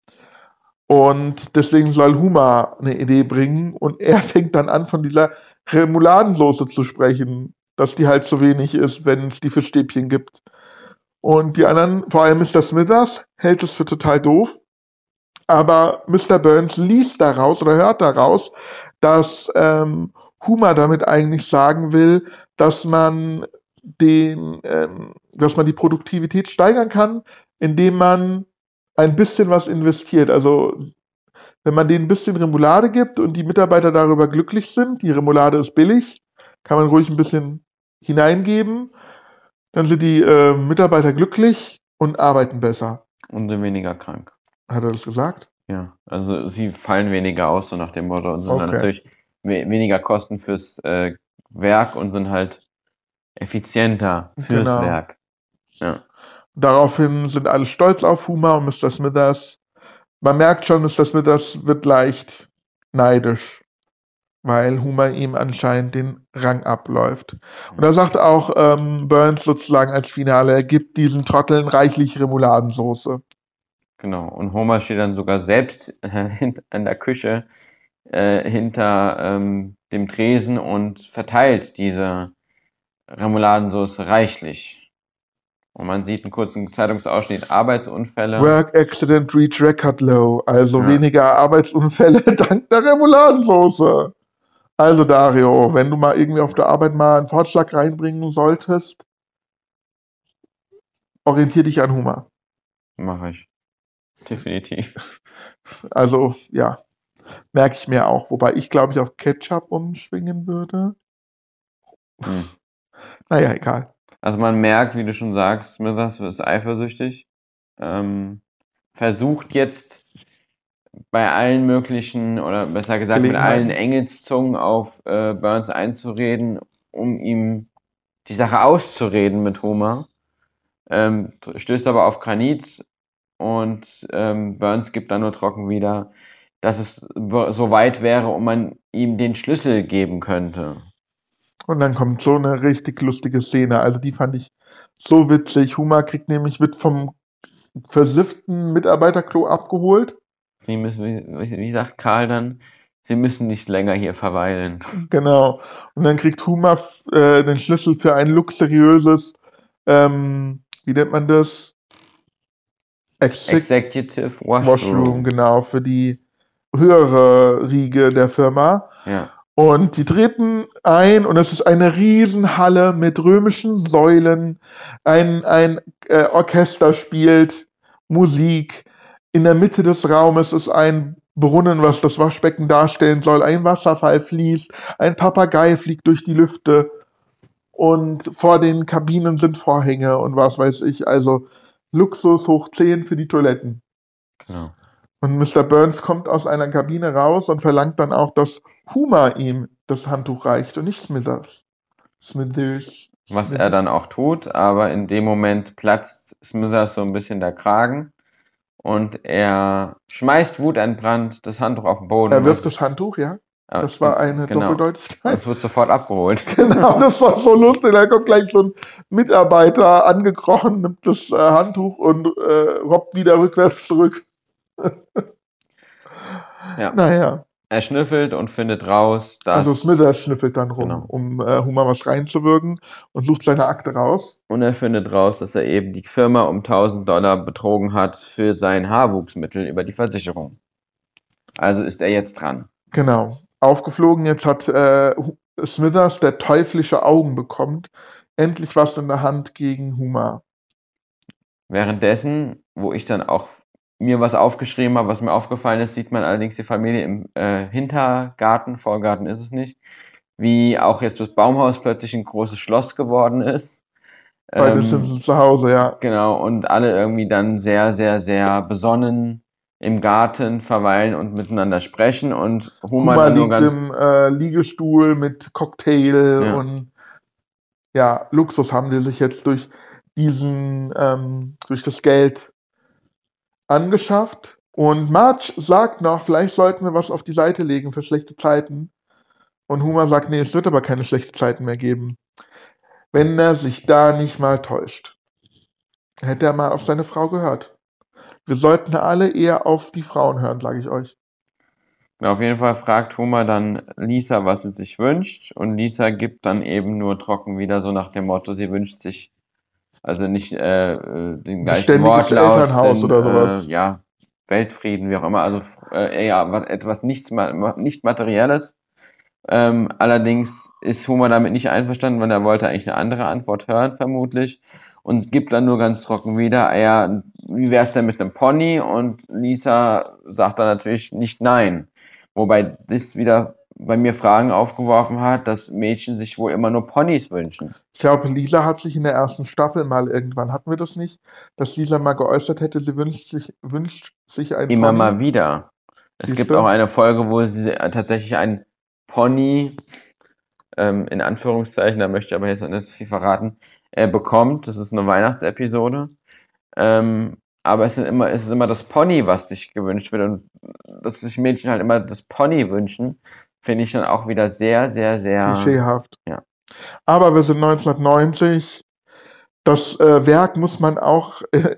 Und deswegen soll Homer eine Idee bringen. Und er fängt dann an, von dieser Remouladensoße zu sprechen, dass die halt zu wenig ist, wenn es die Fischstäbchen gibt. Und die anderen, vor allem Mister Smithers, hält es für total doof. Aber Mister Burns liest daraus oder hört daraus, dass ähm, Homer damit eigentlich sagen will, dass man den, ähm, dass man die Produktivität steigern kann, indem man ein bisschen was investiert. Also wenn man denen ein bisschen Remoulade gibt und die Mitarbeiter darüber glücklich sind, die Remoulade ist billig, kann man ruhig ein bisschen hineingeben, dann sind die äh, Mitarbeiter glücklich und arbeiten besser. Und sind weniger krank. Hat er das gesagt? Ja, also sie fallen weniger aus, so nach dem Motto, und sind dann Okay. natürlich we weniger Kosten fürs äh, Werk und sind halt effizienter fürs Genau. Werk. Ja. Daraufhin sind alle stolz auf Homer und Mister Smithers. Man merkt schon, Mister Smithers wird leicht neidisch, weil Homer ihm anscheinend den Rang abläuft. Und da sagt auch ähm, Burns sozusagen als Finale, er gibt diesen Trotteln reichlich Remouladensoße. Genau. Und Homer steht dann sogar selbst äh, an der Küche äh, hinter ähm, dem Tresen und verteilt diese Remouladensauce reichlich. Und man sieht einen kurzen Zeitungsausschnitt, Arbeitsunfälle. Work Accident Reach Record Low, also Ja. weniger Arbeitsunfälle dank der Remouladensoße. Also Dario, wenn du mal irgendwie auf der Arbeit mal einen Vorschlag reinbringen solltest, orientier dich an Homer. Mache ich. Definitiv. Also, ja, merke ich mir auch. Wobei ich, glaube ich, auf Ketchup umschwingen würde. Hm. Naja, egal. Also man merkt, wie du schon sagst, Smithers ist eifersüchtig. Ähm, versucht jetzt bei allen möglichen, oder besser gesagt mit allen Gelegenheiten. Engelszungen auf äh, Burns einzureden, um ihm die Sache auszureden mit Homer. Ähm, stößt aber auf Granit und ähm, Burns gibt dann nur trocken wieder, dass es so weit wäre und man ihm den Schlüssel geben könnte. Und dann kommt so eine richtig lustige Szene. Also die fand ich so witzig. Homer kriegt nämlich, wird vom versifften Mitarbeiterklo abgeholt. Sie müssen, wie, wie sagt Karl dann, sie müssen nicht länger hier verweilen. Genau. Und dann kriegt Homer äh, den Schlüssel für ein luxuriöses, ähm, wie nennt man das? Exec Executive Washroom. Washroom, genau, für die höhere Riege der Firma. Ja. Und die treten ein und es ist eine Riesenhalle mit römischen Säulen. Ein, ein äh, Orchester spielt Musik. In der Mitte des Raumes ist ein Brunnen, was das Waschbecken darstellen soll. Ein Wasserfall fließt. Ein Papagei fliegt durch die Lüfte. Und vor den Kabinen sind Vorhänge und was weiß ich. Also Luxus hoch zehn für die Toiletten. Genau. Und Mister Burns kommt aus einer Kabine raus und verlangt dann auch, dass Homer ihm das Handtuch reicht und nicht Smithers. Smithers. Was Smithers. er dann auch tut, aber in dem Moment platzt Smithers so ein bisschen der Kragen und er schmeißt wutentbrannt das Handtuch auf den Boden. Er wirft was- das Handtuch, ja. Ja, Das war eine genau. Doppeldeutigkeit. Das wird sofort abgeholt. Genau, das war so lustig. Da kommt gleich so ein Mitarbeiter angekrochen, nimmt das äh, Handtuch und äh, robbt wieder rückwärts zurück. Ja. Naja, Er schnüffelt und findet raus, dass... also Smithers schnüffelt dann rum, Genau. um äh, Homer was reinzuwirken und sucht seine Akte raus. Und er findet raus, dass er eben die Firma um tausend Dollar betrogen hat für sein Haarwuchsmittel über die Versicherung. Also ist er jetzt dran. Genau. Aufgeflogen, jetzt hat äh, Smithers, der teuflische Augen bekommt, endlich was in der Hand gegen Homer. Währenddessen, wo ich dann auch mir was aufgeschrieben habe, was mir aufgefallen ist, sieht man allerdings die Familie im äh, Hintergarten, Vorgarten ist es nicht, wie auch jetzt das Baumhaus plötzlich ein großes Schloss geworden ist. Beide Ähm, sind zu Hause, ja. Genau, und alle irgendwie dann sehr, sehr, sehr besonnen im Garten verweilen und miteinander sprechen und Homer, Homer dann nur liegt ganz... im äh, Liegestuhl mit Cocktail Ja. und ja, Luxus haben die sich jetzt durch diesen, ähm, durch das Geld angeschafft. Und Marge sagt noch, vielleicht sollten wir was auf die Seite legen für schlechte Zeiten. Und Homer sagt, nee, es wird aber keine schlechten Zeiten mehr geben. Wenn er sich da nicht mal täuscht. Hätte er mal auf seine Frau gehört. Wir sollten alle eher auf die Frauen hören, sage ich euch. Genau, auf jeden Fall fragt Homer dann Lisa, was sie sich wünscht, und Lisa gibt dann eben nur trocken wieder so nach dem Motto, sie wünscht sich also nicht äh, äh, den gleichen Beständiges Wortlaut, Elternhaus den, oder sowas. Äh, ja, Weltfrieden, wie auch immer, also äh, ja, was- etwas nichts, ma- nicht Materielles. Ähm, allerdings ist Homer damit nicht einverstanden, weil er wollte eigentlich eine andere Antwort hören, vermutlich. Und gibt dann nur ganz trocken wieder, ah ja, wie wär's denn mit einem Pony? Und Lisa sagt dann natürlich nicht nein. Wobei das wieder bei mir Fragen aufgeworfen hat, dass Mädchen sich wohl immer nur Ponys wünschen. Ich glaube, Lisa hat sich in der ersten Staffel mal irgendwann, hatten wir das nicht, dass Lisa mal geäußert hätte, sie wünscht sich, wünscht sich ein Immer Pony. mal wieder. Es Siehst gibt du? auch eine Folge, wo sie tatsächlich ein Pony, ähm, in Anführungszeichen, da möchte ich aber jetzt noch nicht zu viel verraten, äh, bekommt. Das ist eine Weihnachtsepisode. Ähm, aber es, sind immer, es ist immer das Pony, was sich gewünscht wird. Und dass sich Mädchen halt immer das Pony wünschen, finde ich dann auch wieder sehr, sehr, sehr... Klischeehaft. Ja. Aber wir sind neunzehnhundertneunzig. Das äh, Werk muss man auch äh,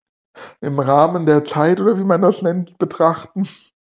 im Rahmen der Zeit, oder wie man das nennt, betrachten.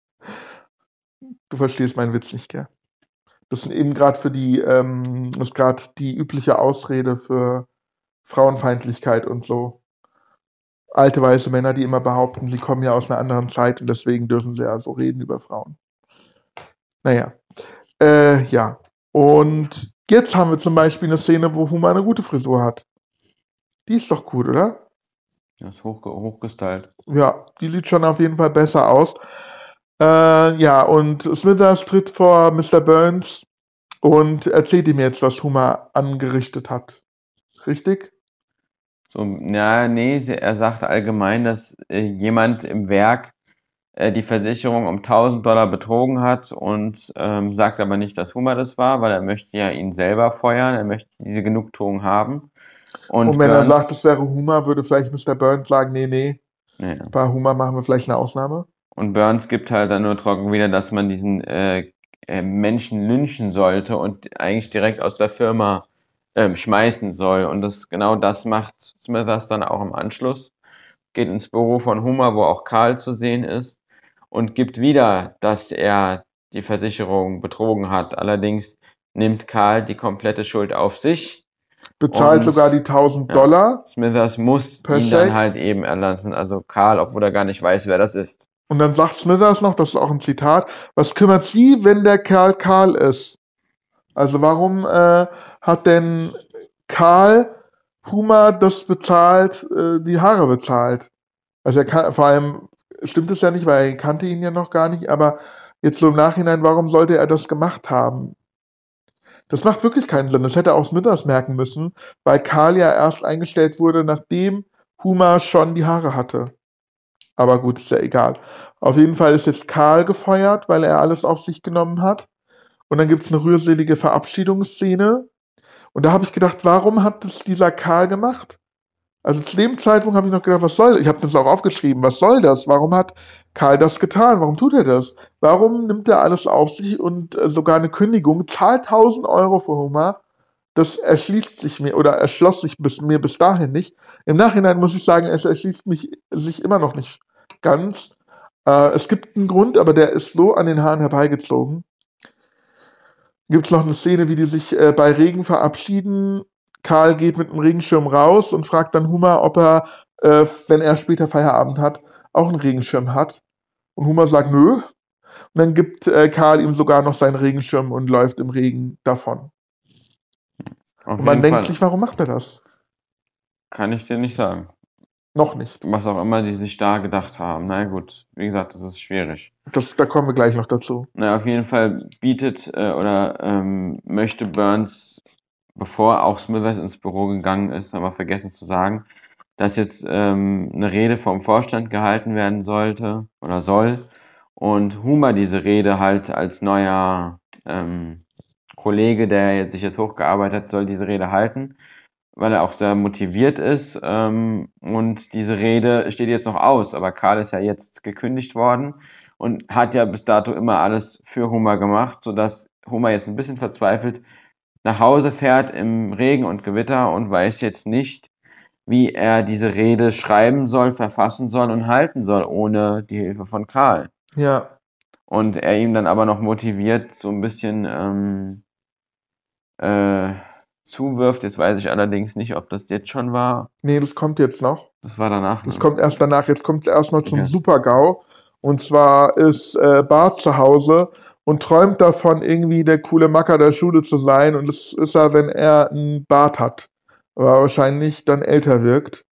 Du verstehst meinen Witz nicht, gell? Das sind eben gerade für die, ähm, das ist gerade die übliche Ausrede für Frauenfeindlichkeit und so. Alte weiße Männer, die immer behaupten, sie kommen ja aus einer anderen Zeit und deswegen dürfen sie ja so reden über Frauen. Naja. Äh, ja. Und jetzt haben wir zum Beispiel eine Szene, wo Homer eine gute Frisur hat. Die ist doch gut, oder? Das ist hoch, hochgestylt. Ja, die sieht schon auf jeden Fall besser aus. Äh, ja, und Smithers tritt vor Mister Burns und erzählt ihm jetzt, was Homer angerichtet hat. Richtig? So, ja, nee, sie- er sagte allgemein, dass äh, jemand im Werk äh, die Versicherung um tausend Dollar betrogen hat und ähm, sagt aber nicht, dass Homer das war, weil er möchte ja ihn selber feuern, er möchte diese Genugtuung haben. Und, Und, wenn er Burns- sagt, es wäre Homer, würde vielleicht Mister Burns sagen, nee, nee, nee. bei Homer machen wir vielleicht eine Ausnahme. Und Burns gibt halt dann nur trocken wieder, dass man diesen äh, äh, Menschen lynchen sollte und eigentlich direkt aus der Firma ähm, schmeißen soll. Und das genau das macht Smithers dann auch im Anschluss. Geht ins Büro von Homer, wo auch Karl zu sehen ist, und gibt wieder, dass er die Versicherung betrogen hat. Allerdings nimmt Karl die komplette Schuld auf sich. Bezahlt Und- sogar die tausend ja. Dollar. Smithers muss ihn Perfekt. dann halt eben erlassen. Also Karl, obwohl er gar nicht weiß, wer das ist. Und dann sagt Smithers noch, das ist auch ein Zitat, was kümmert sie, wenn der Kerl Karl ist? Also warum äh, hat denn Karl Homer das bezahlt, äh, die Haare bezahlt? Also er kann, vor allem stimmt es ja nicht, weil er kannte ihn ja noch gar nicht, aber jetzt so im Nachhinein, warum sollte er das gemacht haben? Das macht wirklich keinen Sinn. Das hätte auch Smithers merken müssen, weil Karl ja erst eingestellt wurde, nachdem Homer schon die Haare hatte. Aber gut, ist ja egal. Auf jeden Fall ist jetzt Karl gefeuert, weil er alles auf sich genommen hat. Und dann gibt es eine rührselige Verabschiedungsszene. Und da habe ich gedacht, warum hat das dieser Karl gemacht? Also zu dem Zeitpunkt habe ich noch gedacht, was soll das? Ich habe das auch aufgeschrieben, was soll das? Warum hat Karl das getan? Warum tut er das? Warum nimmt er alles auf sich und äh, sogar eine Kündigung, zahlt tausend Euro für Homer? Das erschließt sich mir, oder erschloss sich bis, mir bis dahin nicht. Im Nachhinein muss ich sagen, es erschließt mich sich immer noch nicht ganz. Äh, es gibt einen Grund, aber der ist so an den Haaren herbeigezogen. Gibt es noch eine Szene, wie die sich äh, bei Regen verabschieden. Karl geht mit dem Regenschirm raus und fragt dann Homer, ob er, äh, wenn er später Feierabend hat, auch einen Regenschirm hat. Und Homer sagt, nö. Und dann gibt äh, Karl ihm sogar noch seinen Regenschirm und läuft im Regen davon. Auf Und man jeden denkt Fall sich, warum macht er das? kann ich dir nicht sagen. Noch nicht. Was auch immer die sich da gedacht haben. Na gut, wie gesagt, das ist schwierig. Das, da kommen wir gleich noch dazu. Na, auf jeden Fall bietet äh, oder ähm, möchte Burns, bevor auch Smithers ins Büro gegangen ist, haben wir vergessen zu sagen, dass jetzt ähm, eine Rede vom Vorstand gehalten werden sollte oder soll und Homer diese Rede halt als neuer ähm, Kollege, der jetzt sich jetzt hochgearbeitet hat, soll diese Rede halten, weil er auch sehr motiviert ist ähm, und diese Rede steht jetzt noch aus, aber Karl ist ja jetzt gekündigt worden und hat ja bis dato immer alles für Homer gemacht, sodass Homer jetzt ein bisschen verzweifelt nach Hause fährt im Regen und Gewitter und weiß jetzt nicht, wie er diese Rede schreiben soll, verfassen soll und halten soll, ohne die Hilfe von Karl. Ja. Und er ihm dann aber noch motiviert, so ein bisschen ähm, äh, zuwirft. Jetzt weiß ich allerdings nicht, ob das jetzt schon war. Nee, das kommt jetzt noch. Das war danach. Das ne? kommt erst danach. Jetzt kommt es erstmal zum Okay. Super-GAU. Und zwar ist äh, Bart zu Hause und träumt davon, irgendwie der coole Macker der Schule zu sein. Und das ist er, wenn er einen Bart hat. Aber wahrscheinlich dann älter wirkt.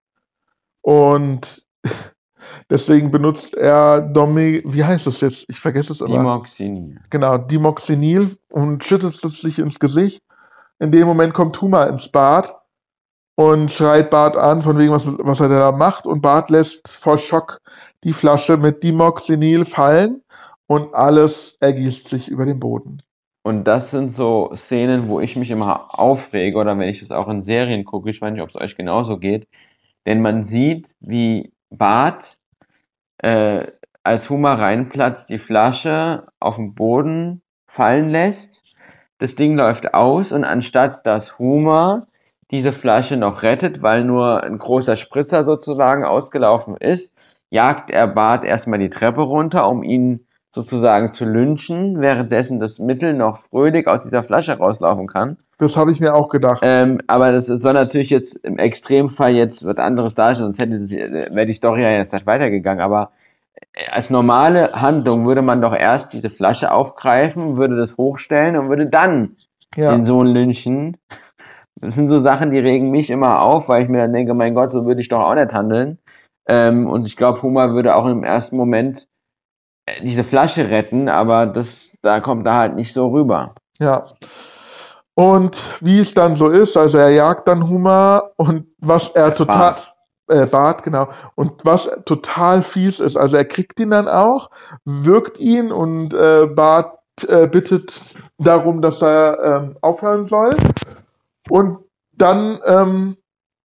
Und deswegen benutzt er Domi, wie heißt das jetzt? Ich vergesse es immer. Dimoxinil. Genau, Dimoxinil und schüttet es sich ins Gesicht. In dem Moment kommt Homer ins Bad und schreit Bart an, von wegen, was, was er da macht. Und Bart lässt vor Schock die Flasche mit Dimoxinil fallen und alles ergießt sich über den Boden. Und das sind so Szenen, wo ich mich immer aufrege, oder wenn ich das auch in Serien gucke, ich weiß nicht, ob es euch genauso geht, denn man sieht, wie Bart, äh, als Homer reinplatzt, die Flasche auf den Boden fallen lässt, das Ding läuft aus und anstatt dass Homer diese Flasche noch rettet, weil nur ein großer Spritzer sozusagen ausgelaufen ist, jagt er Bart erstmal die Treppe runter, um ihn sozusagen zu lynchen, währenddessen das Mittel noch fröhlich aus dieser Flasche rauslaufen kann. Das habe ich mir auch gedacht. Ähm, aber das soll natürlich jetzt im Extremfall jetzt was anderes darstellen, sonst hätte das, wäre die Story ja jetzt nicht weitergegangen. Aber als normale Handlung würde man doch erst diese Flasche aufgreifen, würde das hochstellen und würde dann Ja. den Sohn lynchen. Das sind so Sachen, die regen mich immer auf, weil ich mir dann denke, mein Gott, so würde ich doch auch nicht handeln. Ähm, und ich glaube, Homer würde auch im ersten Moment diese Flasche retten, aber das, da kommt er halt nicht so rüber. Ja. Und wie es dann so ist, also er jagt dann Homer und was er total... Bart. Äh, Bart, genau. Und was total fies ist, also er kriegt ihn dann auch, wirkt ihn und äh, Bart äh, bittet darum, dass er ähm, aufhören soll. Und dann ähm,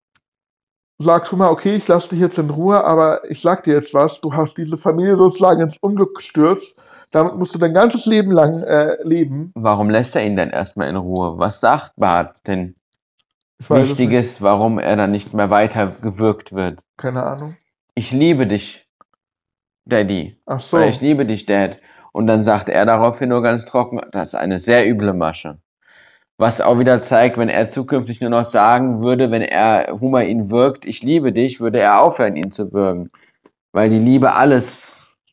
sagt Homer, okay, ich lasse dich jetzt in Ruhe, aber ich sag dir jetzt was, du hast diese Familie sozusagen ins Unglück gestürzt, damit musst du dein ganzes Leben lang äh, leben. Warum lässt er ihn denn erstmal in Ruhe? Was sagt Bart denn Ich weiß es nicht. Wichtiges, warum er dann nicht mehr weiter gewürgt wird? Keine Ahnung. Ich liebe dich, Daddy. Ach so. Oder ich liebe dich, Dad. Und dann sagt er daraufhin nur ganz trocken, das ist eine sehr üble Masche. Was auch wieder zeigt, wenn er zukünftig nur noch sagen würde, wenn er Homer ihn würgt, ich liebe dich, würde er aufhören, ihn zu würgen. Weil die Liebe alles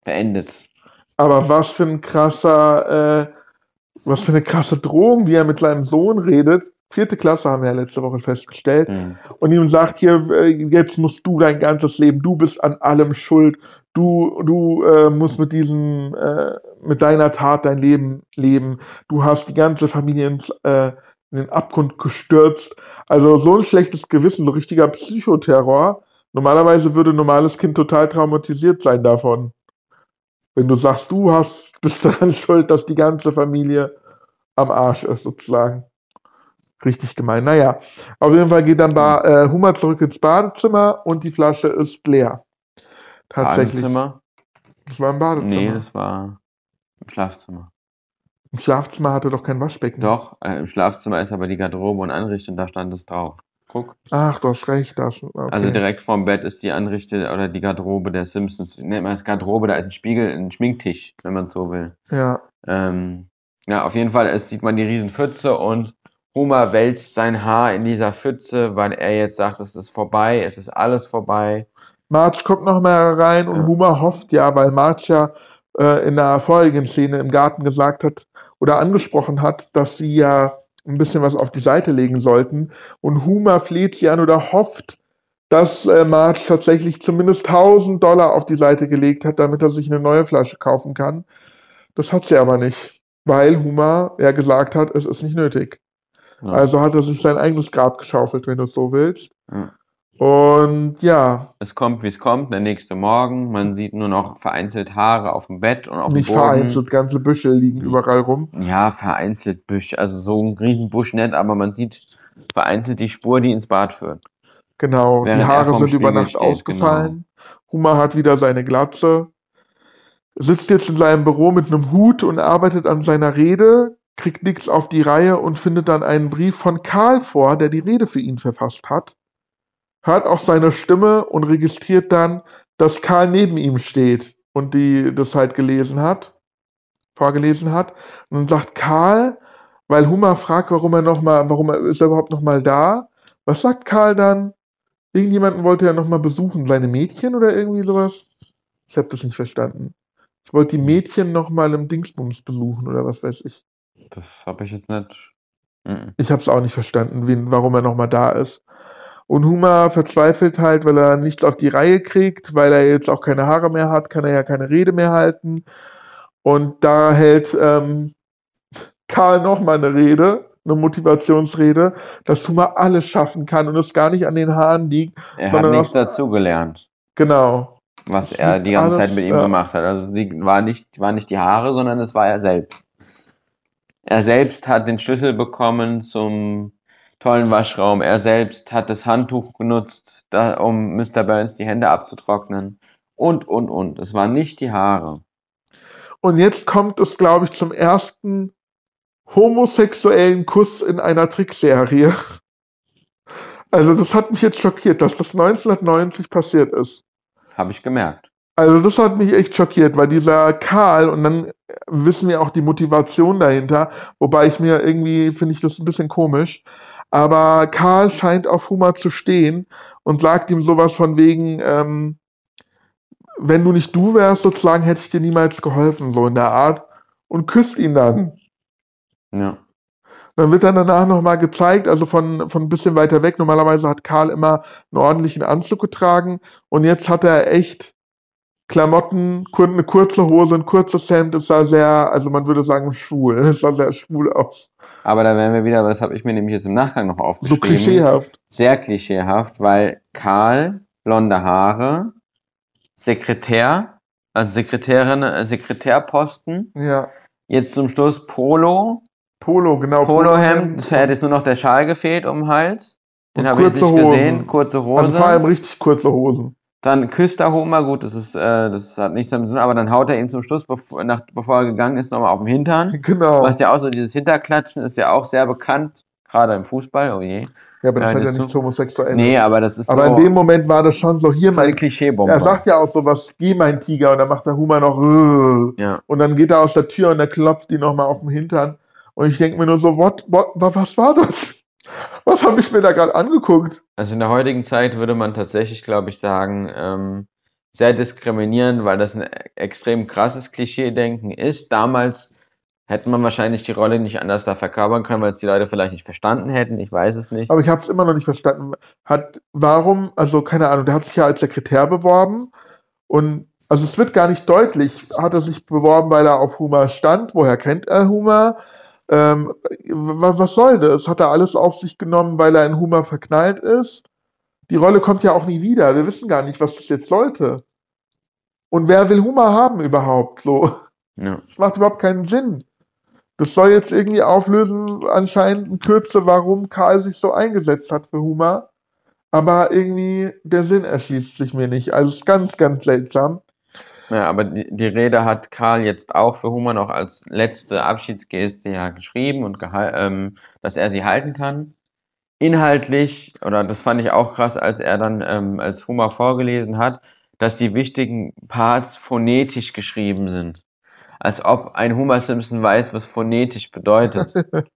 Beendet's. Aber was für ein krasser, äh, was für eine krasse Drohung, wie er mit seinem Sohn redet. Vierte Klasse haben wir ja letzte Woche festgestellt. Hm. Und ihm sagt hier, äh, jetzt musst du dein ganzes Leben, du bist an allem schuld. Du, du äh, musst mit diesem, äh, mit deiner Tat dein Leben leben. Du hast die ganze Familie ins, äh, in den Abgrund gestürzt. Also so ein schlechtes Gewissen, so richtiger Psychoterror. Normalerweise würde ein normales Kind total traumatisiert sein davon. Wenn du sagst, du hast, bist daran schuld, dass die ganze Familie am Arsch ist, sozusagen. Richtig gemein. Naja, auf jeden Fall geht dann ba äh, Homer zurück ins Badezimmer und die Flasche ist leer. Tatsächlich. Badezimmer? Das war im Badezimmer. Nee, das war im Schlafzimmer. Im Schlafzimmer hatte doch kein Waschbecken. Doch, äh, im Schlafzimmer ist aber die Garderobe und Anrichte und da stand es drauf. Guck. Ach, du hast recht. Das, okay. Also direkt vorm Bett ist die Anrichte oder die Garderobe der Simpsons. Nennt man das Garderobe, da ist ein Spiegel, ein Schminktisch, wenn man es so will. Ja. Ähm, ja, auf jeden Fall ist, sieht man die Riesenpfütze und Homer wälzt sein Haar in dieser Pfütze, weil er jetzt sagt, es ist vorbei, es ist alles vorbei. Marge kommt noch mal rein und Ja. Homer hofft ja, weil Marge ja äh, in der vorigen Szene im Garten gesagt hat oder angesprochen hat, dass sie ja ein bisschen was auf die Seite legen sollten. Und Homer fleht sie an oder hofft, dass äh, Marge tatsächlich zumindest tausend Dollar auf die Seite gelegt hat, damit er sich eine neue Flasche kaufen kann. Das hat sie aber nicht, weil Homer ja gesagt hat, es ist nicht nötig. Ja. Also hat er sich sein eigenes Grab geschaufelt, wenn du es so willst. Ja. Und ja, Es kommt, wie es kommt, der nächste Morgen. Man sieht nur noch vereinzelt Haare auf dem Bett und auf nicht dem Boden. vereinzelt, ganze Büsche liegen Mhm. überall rum. Ja, vereinzelt Büsch. Also so ein Riesenbusch nicht, aber man sieht vereinzelt die Spur, die ins Bad führt. Genau, Während die er Haare vorm sind über Spiegel Nacht steht, ausgefallen. Homer hat wieder seine Glatze, sitzt jetzt in seinem Büro mit einem Hut und arbeitet an seiner Rede, kriegt nichts auf die Reihe und findet dann einen Brief von Karl vor, der die Rede für ihn verfasst hat. Hört auch seine Stimme und registriert dann, dass Karl neben ihm steht und die das halt gelesen hat, vorgelesen hat. Und dann sagt Karl, weil Homer fragt, warum er noch mal, warum er ist er überhaupt noch mal da? Was sagt Karl dann? Irgendjemanden wollte er noch mal besuchen, seine Mädchen oder irgendwie sowas? Ich habe das nicht verstanden. Ich wollte die Mädchen noch mal im Dingsbums besuchen oder was weiß ich. Das habe ich jetzt nicht. Mhm. Ich habe es auch nicht verstanden, wen, warum er noch mal da ist. Und Homer verzweifelt halt, weil er nichts auf die Reihe kriegt, weil er jetzt auch keine Haare mehr hat, kann er ja keine Rede mehr halten. Und da hält ähm, Karl nochmal eine Rede, eine Motivationsrede, dass Homer alles schaffen kann und es gar nicht an den Haaren liegt. Er hat Sondern nichts aus- dazugelernt, Genau. was Es er liegt die ganze alles, Zeit mit ihm ja. gemacht hat. Also es liegt- war nicht, war nicht die Haare, sondern es war er selbst. Er selbst hat den Schlüssel bekommen zum tollen Waschraum. Er selbst hat das Handtuch genutzt, da, um Mister Burns die Hände abzutrocknen. Und, und, und. Es waren nicht die Haare. Und jetzt kommt es, glaube ich, zum ersten homosexuellen Kuss in einer Trickserie. Also das hat mich jetzt schockiert, dass das neunzehnhundertneunzig passiert ist. Habe ich gemerkt. Also das hat mich echt schockiert, weil dieser Karl, und dann wissen wir auch die Motivation dahinter, wobei ich mir irgendwie, finde ich das ein bisschen komisch, aber Karl scheint auf Homer zu stehen und sagt ihm sowas von wegen, ähm, wenn du nicht du wärst, sozusagen, hätte ich dir niemals geholfen, so in der Art, und küsst ihn dann. Ja. Dann wird dann danach nochmal gezeigt, also von, von ein bisschen weiter weg. Normalerweise hat Karl immer einen ordentlichen Anzug getragen und jetzt hat er echt Klamotten, kur- eine kurze Hose, ein kurzes Hemd. Es sah sehr, also man würde sagen, schwul. Es sah sehr schwul aus. Aber da wären wir wieder, aber das habe ich mir nämlich jetzt im Nachgang noch So aufgeschrieben. klischeehaft. Sehr klischeehaft, weil Karl, blonde Haare, Sekretär, also Sekretärin, äh, Sekretärposten, Ja. jetzt zum Schluss Polo, Polo, genau. Polohemd, es hätte jetzt nur noch der Schal gefehlt um den Hals. Den Und habe ich jetzt kurze nicht Hosen. gesehen. Kurze Hose. Also vor allem richtig kurze Hosen. Dann küsst er Homer, gut, das ist, äh, das hat nichts damit zu tun, aber dann haut er ihn zum Schluss, bevor, nach, bevor er gegangen ist, nochmal auf den Hintern. Genau. Was ja auch so, dieses Hinterklatschen ist ja auch sehr bekannt, gerade im Fußball, oh je. Ja, aber das Ja, hat ja das nichts so- homosexuell. Nee, aber das ist aber so, in dem Moment war das schon so, hier so eine mein, Klischeebombe. er sagt ja auch sowas, geh mein Tiger, und dann macht der Homer noch, "Rrrr." Ja. Und dann geht er aus der Tür und er klopft die nochmal auf den Hintern. Und ich denke mir nur so, what, what, wa- was war das? Was habe ich mir da gerade angeguckt? Also in der heutigen Zeit würde man tatsächlich, glaube ich, sagen, ähm, sehr diskriminierend, weil das ein extrem krasses Klischee-Denken ist. Damals hätte man wahrscheinlich die Rolle nicht anders da verkörpern können, weil es die Leute vielleicht nicht verstanden hätten. Ich weiß es nicht. Aber ich habe es immer noch nicht verstanden. Hat, warum, also keine Ahnung, der hat sich ja als Sekretär beworben und also es wird gar nicht deutlich, hat er sich beworben, weil er auf Huma stand? Woher kennt er Huma? Ähm, was, was soll das? Hat er alles auf sich genommen, weil er in Huma verknallt ist? Die Rolle kommt ja auch nie wieder. Wir wissen gar nicht, was das jetzt sollte. Und wer will Huma haben überhaupt? So, Ja. das macht überhaupt keinen Sinn. Das soll jetzt irgendwie auflösen, anscheinend in Kürze, warum Karl sich so eingesetzt hat für Huma. Aber irgendwie der Sinn erschließt sich mir nicht. Also es ist ganz, ganz seltsam. Ja, aber die, die Rede hat Karl jetzt auch für Huma noch als letzte Abschiedsgeste ja geschrieben und gehal- ähm, dass er sie halten kann. Inhaltlich, oder das fand ich auch krass, als er dann ähm, als Huma vorgelesen hat, dass die wichtigen Parts phonetisch geschrieben sind. Als ob ein Homer Simpson weiß, was phonetisch bedeutet.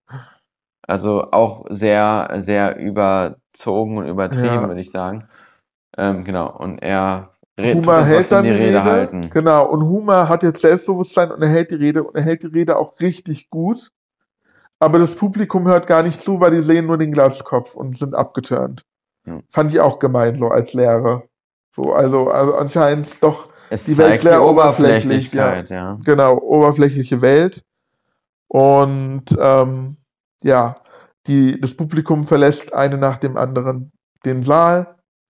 Also auch sehr, sehr überzogen und übertrieben, Ja. würde ich sagen. Ähm, genau, und er re- tut Huma dann hält trotzdem dann die Rede, halten. genau, und Huma hat jetzt Selbstbewusstsein und er hält die Rede und er hält die Rede auch richtig gut. Aber das Publikum hört gar nicht zu, weil die sehen nur den Glatzkopf und sind abgeturnt. Ja. Fand ich auch gemein, so als Lehrer. So, also, also anscheinend doch Es die Welt zeigt die sehr oberflächlich. Ja. Oberflächlichkeit, ja. Genau, oberflächliche Welt. Und ähm, ja, die, das Publikum verlässt eine nach dem anderen den Saal.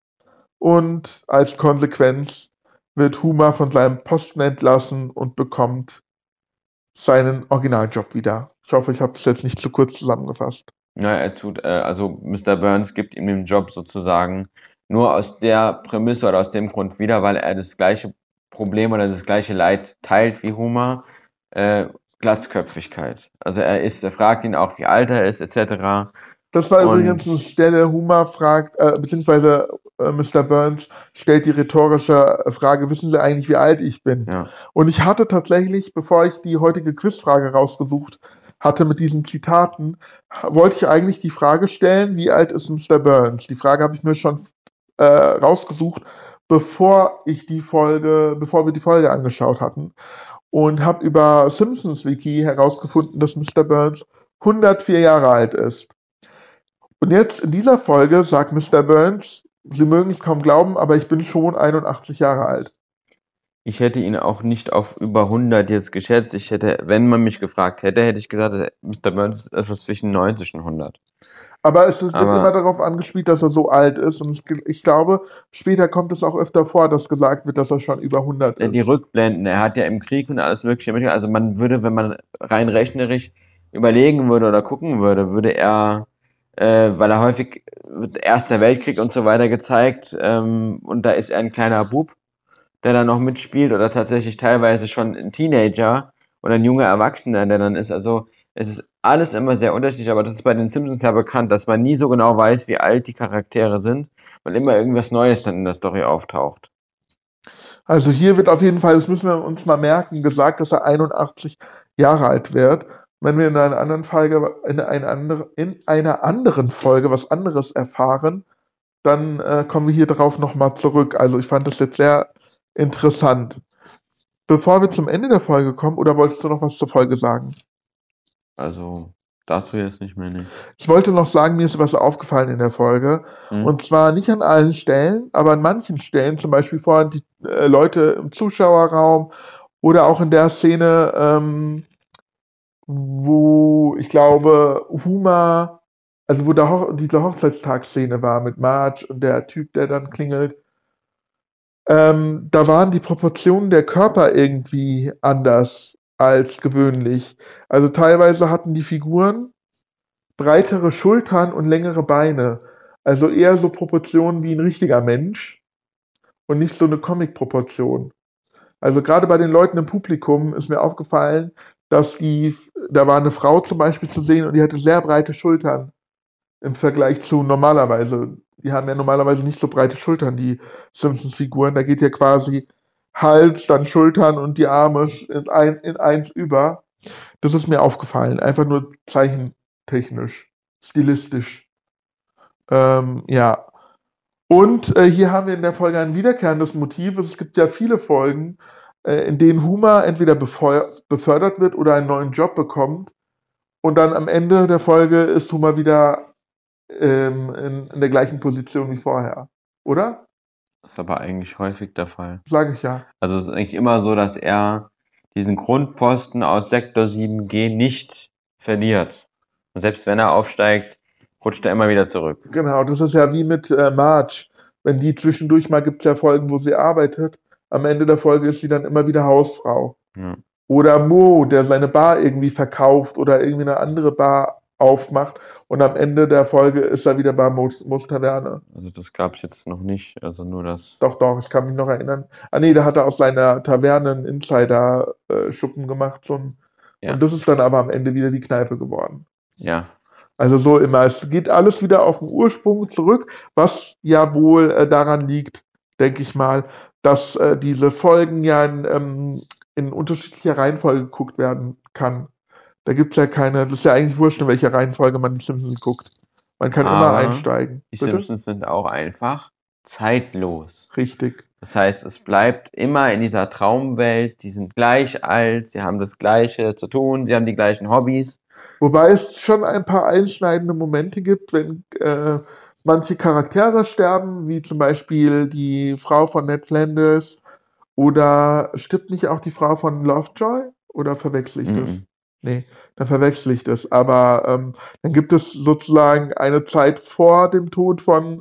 Und als Konsequenz wird Huma von seinem Posten entlassen und bekommt seinen Originaljob wieder. Ich hoffe, ich habe das jetzt nicht zu kurz zusammengefasst. Ja, er tut, äh, also Mister Burns gibt ihm den Job sozusagen nur aus der Prämisse oder aus dem Grund wieder, weil er das gleiche Problem oder das gleiche Leid teilt wie Homer, äh, Glatzköpfigkeit. Also er ist, er fragt ihn auch, wie alt er ist, et cetera. Das war Und- übrigens eine Stelle, Huma fragt, äh, beziehungsweise äh, Mister Burns stellt die rhetorische Frage, wissen Sie eigentlich, wie alt ich bin? Ja. Und ich hatte tatsächlich, bevor ich die heutige Quizfrage rausgesucht hatte mit diesen Zitaten, wollte ich eigentlich die Frage stellen, wie alt ist Mister Burns? Die Frage habe ich mir schon äh, rausgesucht, bevor ich die Folge, bevor wir die Folge angeschaut hatten. Und habe über Simpsons Wiki herausgefunden, dass Mister Burns hundertvier Jahre alt ist. Und jetzt in dieser Folge sagt Mister Burns, Sie mögen es kaum glauben, aber ich bin schon einundachtzig Jahre alt. Ich hätte ihn auch nicht auf über hundert jetzt geschätzt. Ich hätte, wenn man mich gefragt hätte, hätte ich gesagt, Mister Burns ist etwas zwischen neunzig und hundert. Aber es ist, wird Aber- immer darauf angespielt, dass er so alt ist. Und es, ich glaube, später kommt es auch öfter vor, dass gesagt wird, dass er schon über hundert ist. Die Rückblenden, er hat ja im Krieg und alles mögliche mitgemacht. Also man würde, wenn man rein rechnerisch überlegen würde oder gucken würde, würde er, äh, weil er häufig wird Erster Weltkrieg und so weiter gezeigt, ähm, und da ist er ein kleiner Bub, der dann noch mitspielt oder tatsächlich teilweise schon ein Teenager oder ein junger Erwachsener, der dann ist. Also es ist alles immer sehr unterschiedlich, aber das ist bei den Simpsons ja bekannt, dass man nie so genau weiß, wie alt die Charaktere sind, weil immer irgendwas Neues dann in der Story auftaucht. Also hier wird auf jeden Fall, das müssen wir uns mal merken, gesagt, dass er einundachtzig Jahre alt wird. Wenn wir in einer anderen Folge, in einer, andere, in einer anderen Folge was anderes erfahren, dann äh, kommen wir hier drauf nochmal zurück. Also ich fand das jetzt sehr interessant. Bevor wir zum Ende der Folge kommen, oder wolltest du noch was zur Folge sagen? Also dazu jetzt nicht mehr nicht. Ich wollte noch sagen, mir ist was aufgefallen in der Folge. Hm? Und zwar nicht an allen Stellen, aber an manchen Stellen, zum Beispiel vorhin die äh, Leute im Zuschauerraum oder auch in der Szene, ähm, wo ich glaube, Huma, also wo der Ho diese Hochzeitstagsszene war mit Marge und der Typ, der dann klingelt, ähm, da waren die Proportionen der Körper irgendwie anders als gewöhnlich. Also teilweise hatten die Figuren breitere Schultern und längere Beine. Also eher so Proportionen wie ein richtiger Mensch und nicht so eine Comic-Proportion. Also gerade bei den Leuten im Publikum ist mir aufgefallen, dass die, da war eine Frau zum Beispiel zu sehen und die hatte sehr breite Schultern im Vergleich zu normalerweise. Die haben ja normalerweise nicht so breite Schultern, die Simpsons-Figuren. Da geht ja quasi Hals, dann Schultern und die Arme in, ein, in eins über. Das ist mir aufgefallen. Einfach nur zeichentechnisch, stilistisch. Ähm, ja. Und äh, hier haben wir in der Folge ein wiederkehrendes Motiv. Es gibt ja viele Folgen, äh, in denen Homer entweder befeu- befördert wird oder einen neuen Job bekommt. Und dann am Ende der Folge ist Homer wieder ähm, in, in der gleichen Position wie vorher. Oder? Das ist aber eigentlich häufig der Fall. Sage ich ja. Also es ist eigentlich immer so, dass er diesen Grundposten aus Sektor sieben G nicht verliert. Und selbst wenn er aufsteigt, rutscht er immer wieder zurück. Genau, das ist ja wie mit äh, Marge. Wenn die zwischendurch mal, gibt es ja Folgen, wo sie arbeitet. Am Ende der Folge ist sie dann immer wieder Hausfrau. Ja. Oder Mo, der seine Bar irgendwie verkauft oder irgendwie eine andere Bar aufmacht. Und am Ende der Folge ist er wieder bei Mo's, Mo's Taverne. Also das gab es jetzt noch nicht. Also nur das. Doch, doch, ich kann mich noch erinnern. Ah nee, da hat er aus seiner Taverne einen Insider-Schuppen gemacht. So ein, Ja. Und das ist dann aber am Ende wieder die Kneipe geworden. Ja. Also so immer, es geht alles wieder auf den Ursprung zurück, was ja wohl äh, daran liegt, denke ich mal, dass äh, diese Folgen ja in, ähm, in unterschiedlicher Reihenfolge geguckt werden kann. Da gibt es ja keine, das ist ja eigentlich wurscht, in welcher Reihenfolge man die Simpsons guckt. Man kann immer Aber einsteigen. Die Bitte? Simpsons sind auch einfach zeitlos. Richtig. Das heißt, es bleibt immer in dieser Traumwelt. Die sind gleich alt, sie haben das Gleiche zu tun, sie haben die gleichen Hobbys. Wobei es schon ein paar einschneidende Momente gibt, wenn äh, manche Charaktere sterben, wie zum Beispiel die Frau von Ned Flanders, oder stirbt nicht auch die Frau von Lovejoy? Oder verwechsel ich das? Mhm. Nee, dann verwechsel ich das. Aber ähm, dann gibt es sozusagen eine Zeit vor dem Tod von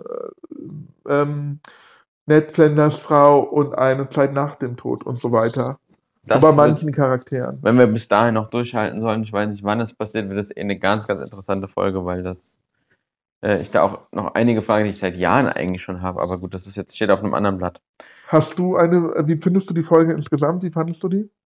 äh, ähm, Ned Flanders Frau und eine Zeit nach dem Tod und so weiter. Das So bei wird- manchen Charakteren. Wenn wir bis dahin noch durchhalten sollen, ich weiß nicht, wann es passiert, wird das eh eine ganz, ganz interessante Folge, weil das äh, ich da auch noch einige Fragen, die ich seit Jahren eigentlich schon habe, aber gut, das ist jetzt steht auf einem anderen Blatt. Hast du eine, äh, wie findest du die Folge insgesamt? Wie fandest du die?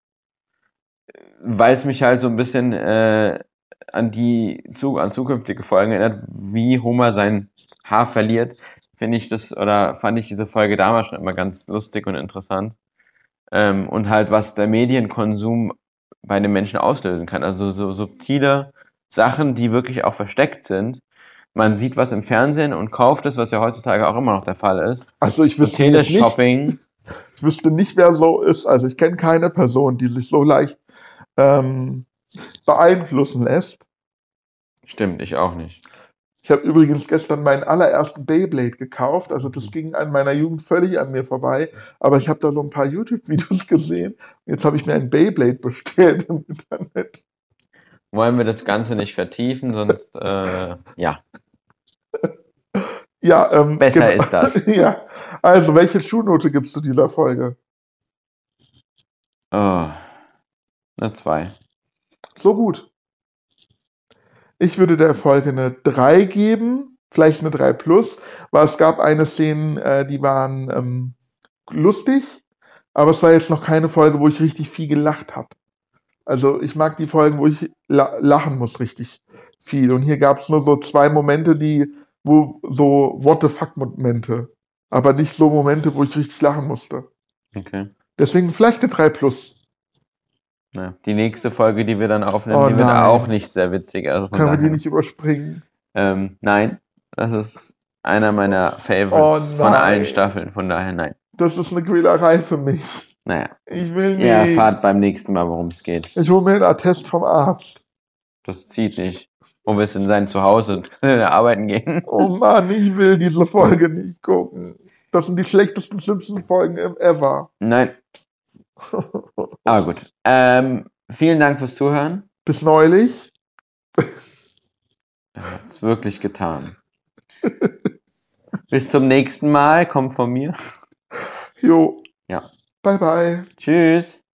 Weil es mich halt so ein bisschen äh, an die zu, an zukünftige Folgen erinnert, wie Homer sein Haar verliert, finde ich das oder fand ich diese Folge damals schon immer ganz lustig und interessant. Ähm, und halt, was der Medienkonsum bei den Menschen auslösen kann. Also so subtile Sachen, die wirklich auch versteckt sind. Man sieht was im Fernsehen und kauft es, was ja heutzutage auch immer noch der Fall ist. Also ich wüsste jetzt nicht, Teleshopping. ich wüsste nicht, wer so ist. Also ich kenne keine Person, die sich so leicht ähm, beeinflussen lässt. Stimmt, ich auch nicht. Ich habe übrigens gestern meinen allerersten Beyblade gekauft. Also das ging an meiner Jugend völlig an mir vorbei. Aber ich habe da so ein paar YouTube-Videos gesehen. Jetzt habe ich mir ein Beyblade bestellt im Internet. Wollen wir das Ganze nicht vertiefen, sonst, äh, ja, Ja, ähm, besser genau. ist das. Ja, also welche Schulnote gibst du dieser Folge? Oh, eine zwei. So gut. Ich würde der Folge eine drei geben, vielleicht eine drei plus, weil es gab eine Szene, äh, die waren ähm, lustig, aber es war jetzt noch keine Folge, wo ich richtig viel gelacht habe. Also ich mag die Folgen, wo ich la lachen muss richtig viel. Und hier gab es nur so zwei Momente, die, wo so What the fuck Momente, aber nicht so Momente, wo ich richtig lachen musste. Okay. Deswegen vielleicht eine drei plus. Ja, die nächste Folge, die wir dann aufnehmen, Oh die wird nein. auch nicht sehr witzig. Also von Können wir die daher, nicht überspringen? ähm, nein, das ist einer meiner Favorites Oh von allen nein. Staffeln. Von daher nein. Das ist eine Quälerei für mich. Naja, Ich will nicht. ihr erfahrt beim nächsten Mal, worum es geht. Ich hole mir einen Attest vom Arzt. Das zieht nicht. Wo wir es in sein Zuhause und arbeiten gehen. Oh Mann, ich will diese Folge nicht gucken. Das sind die schlechtesten Simpsons-Folgen ever. Nein, aber gut. Ähm, vielen Dank fürs Zuhören. Bis neulich. Er hat es wirklich getan. Bis zum nächsten Mal. Kommt von mir. Jo. Ja. Bye, bye. Tschüss.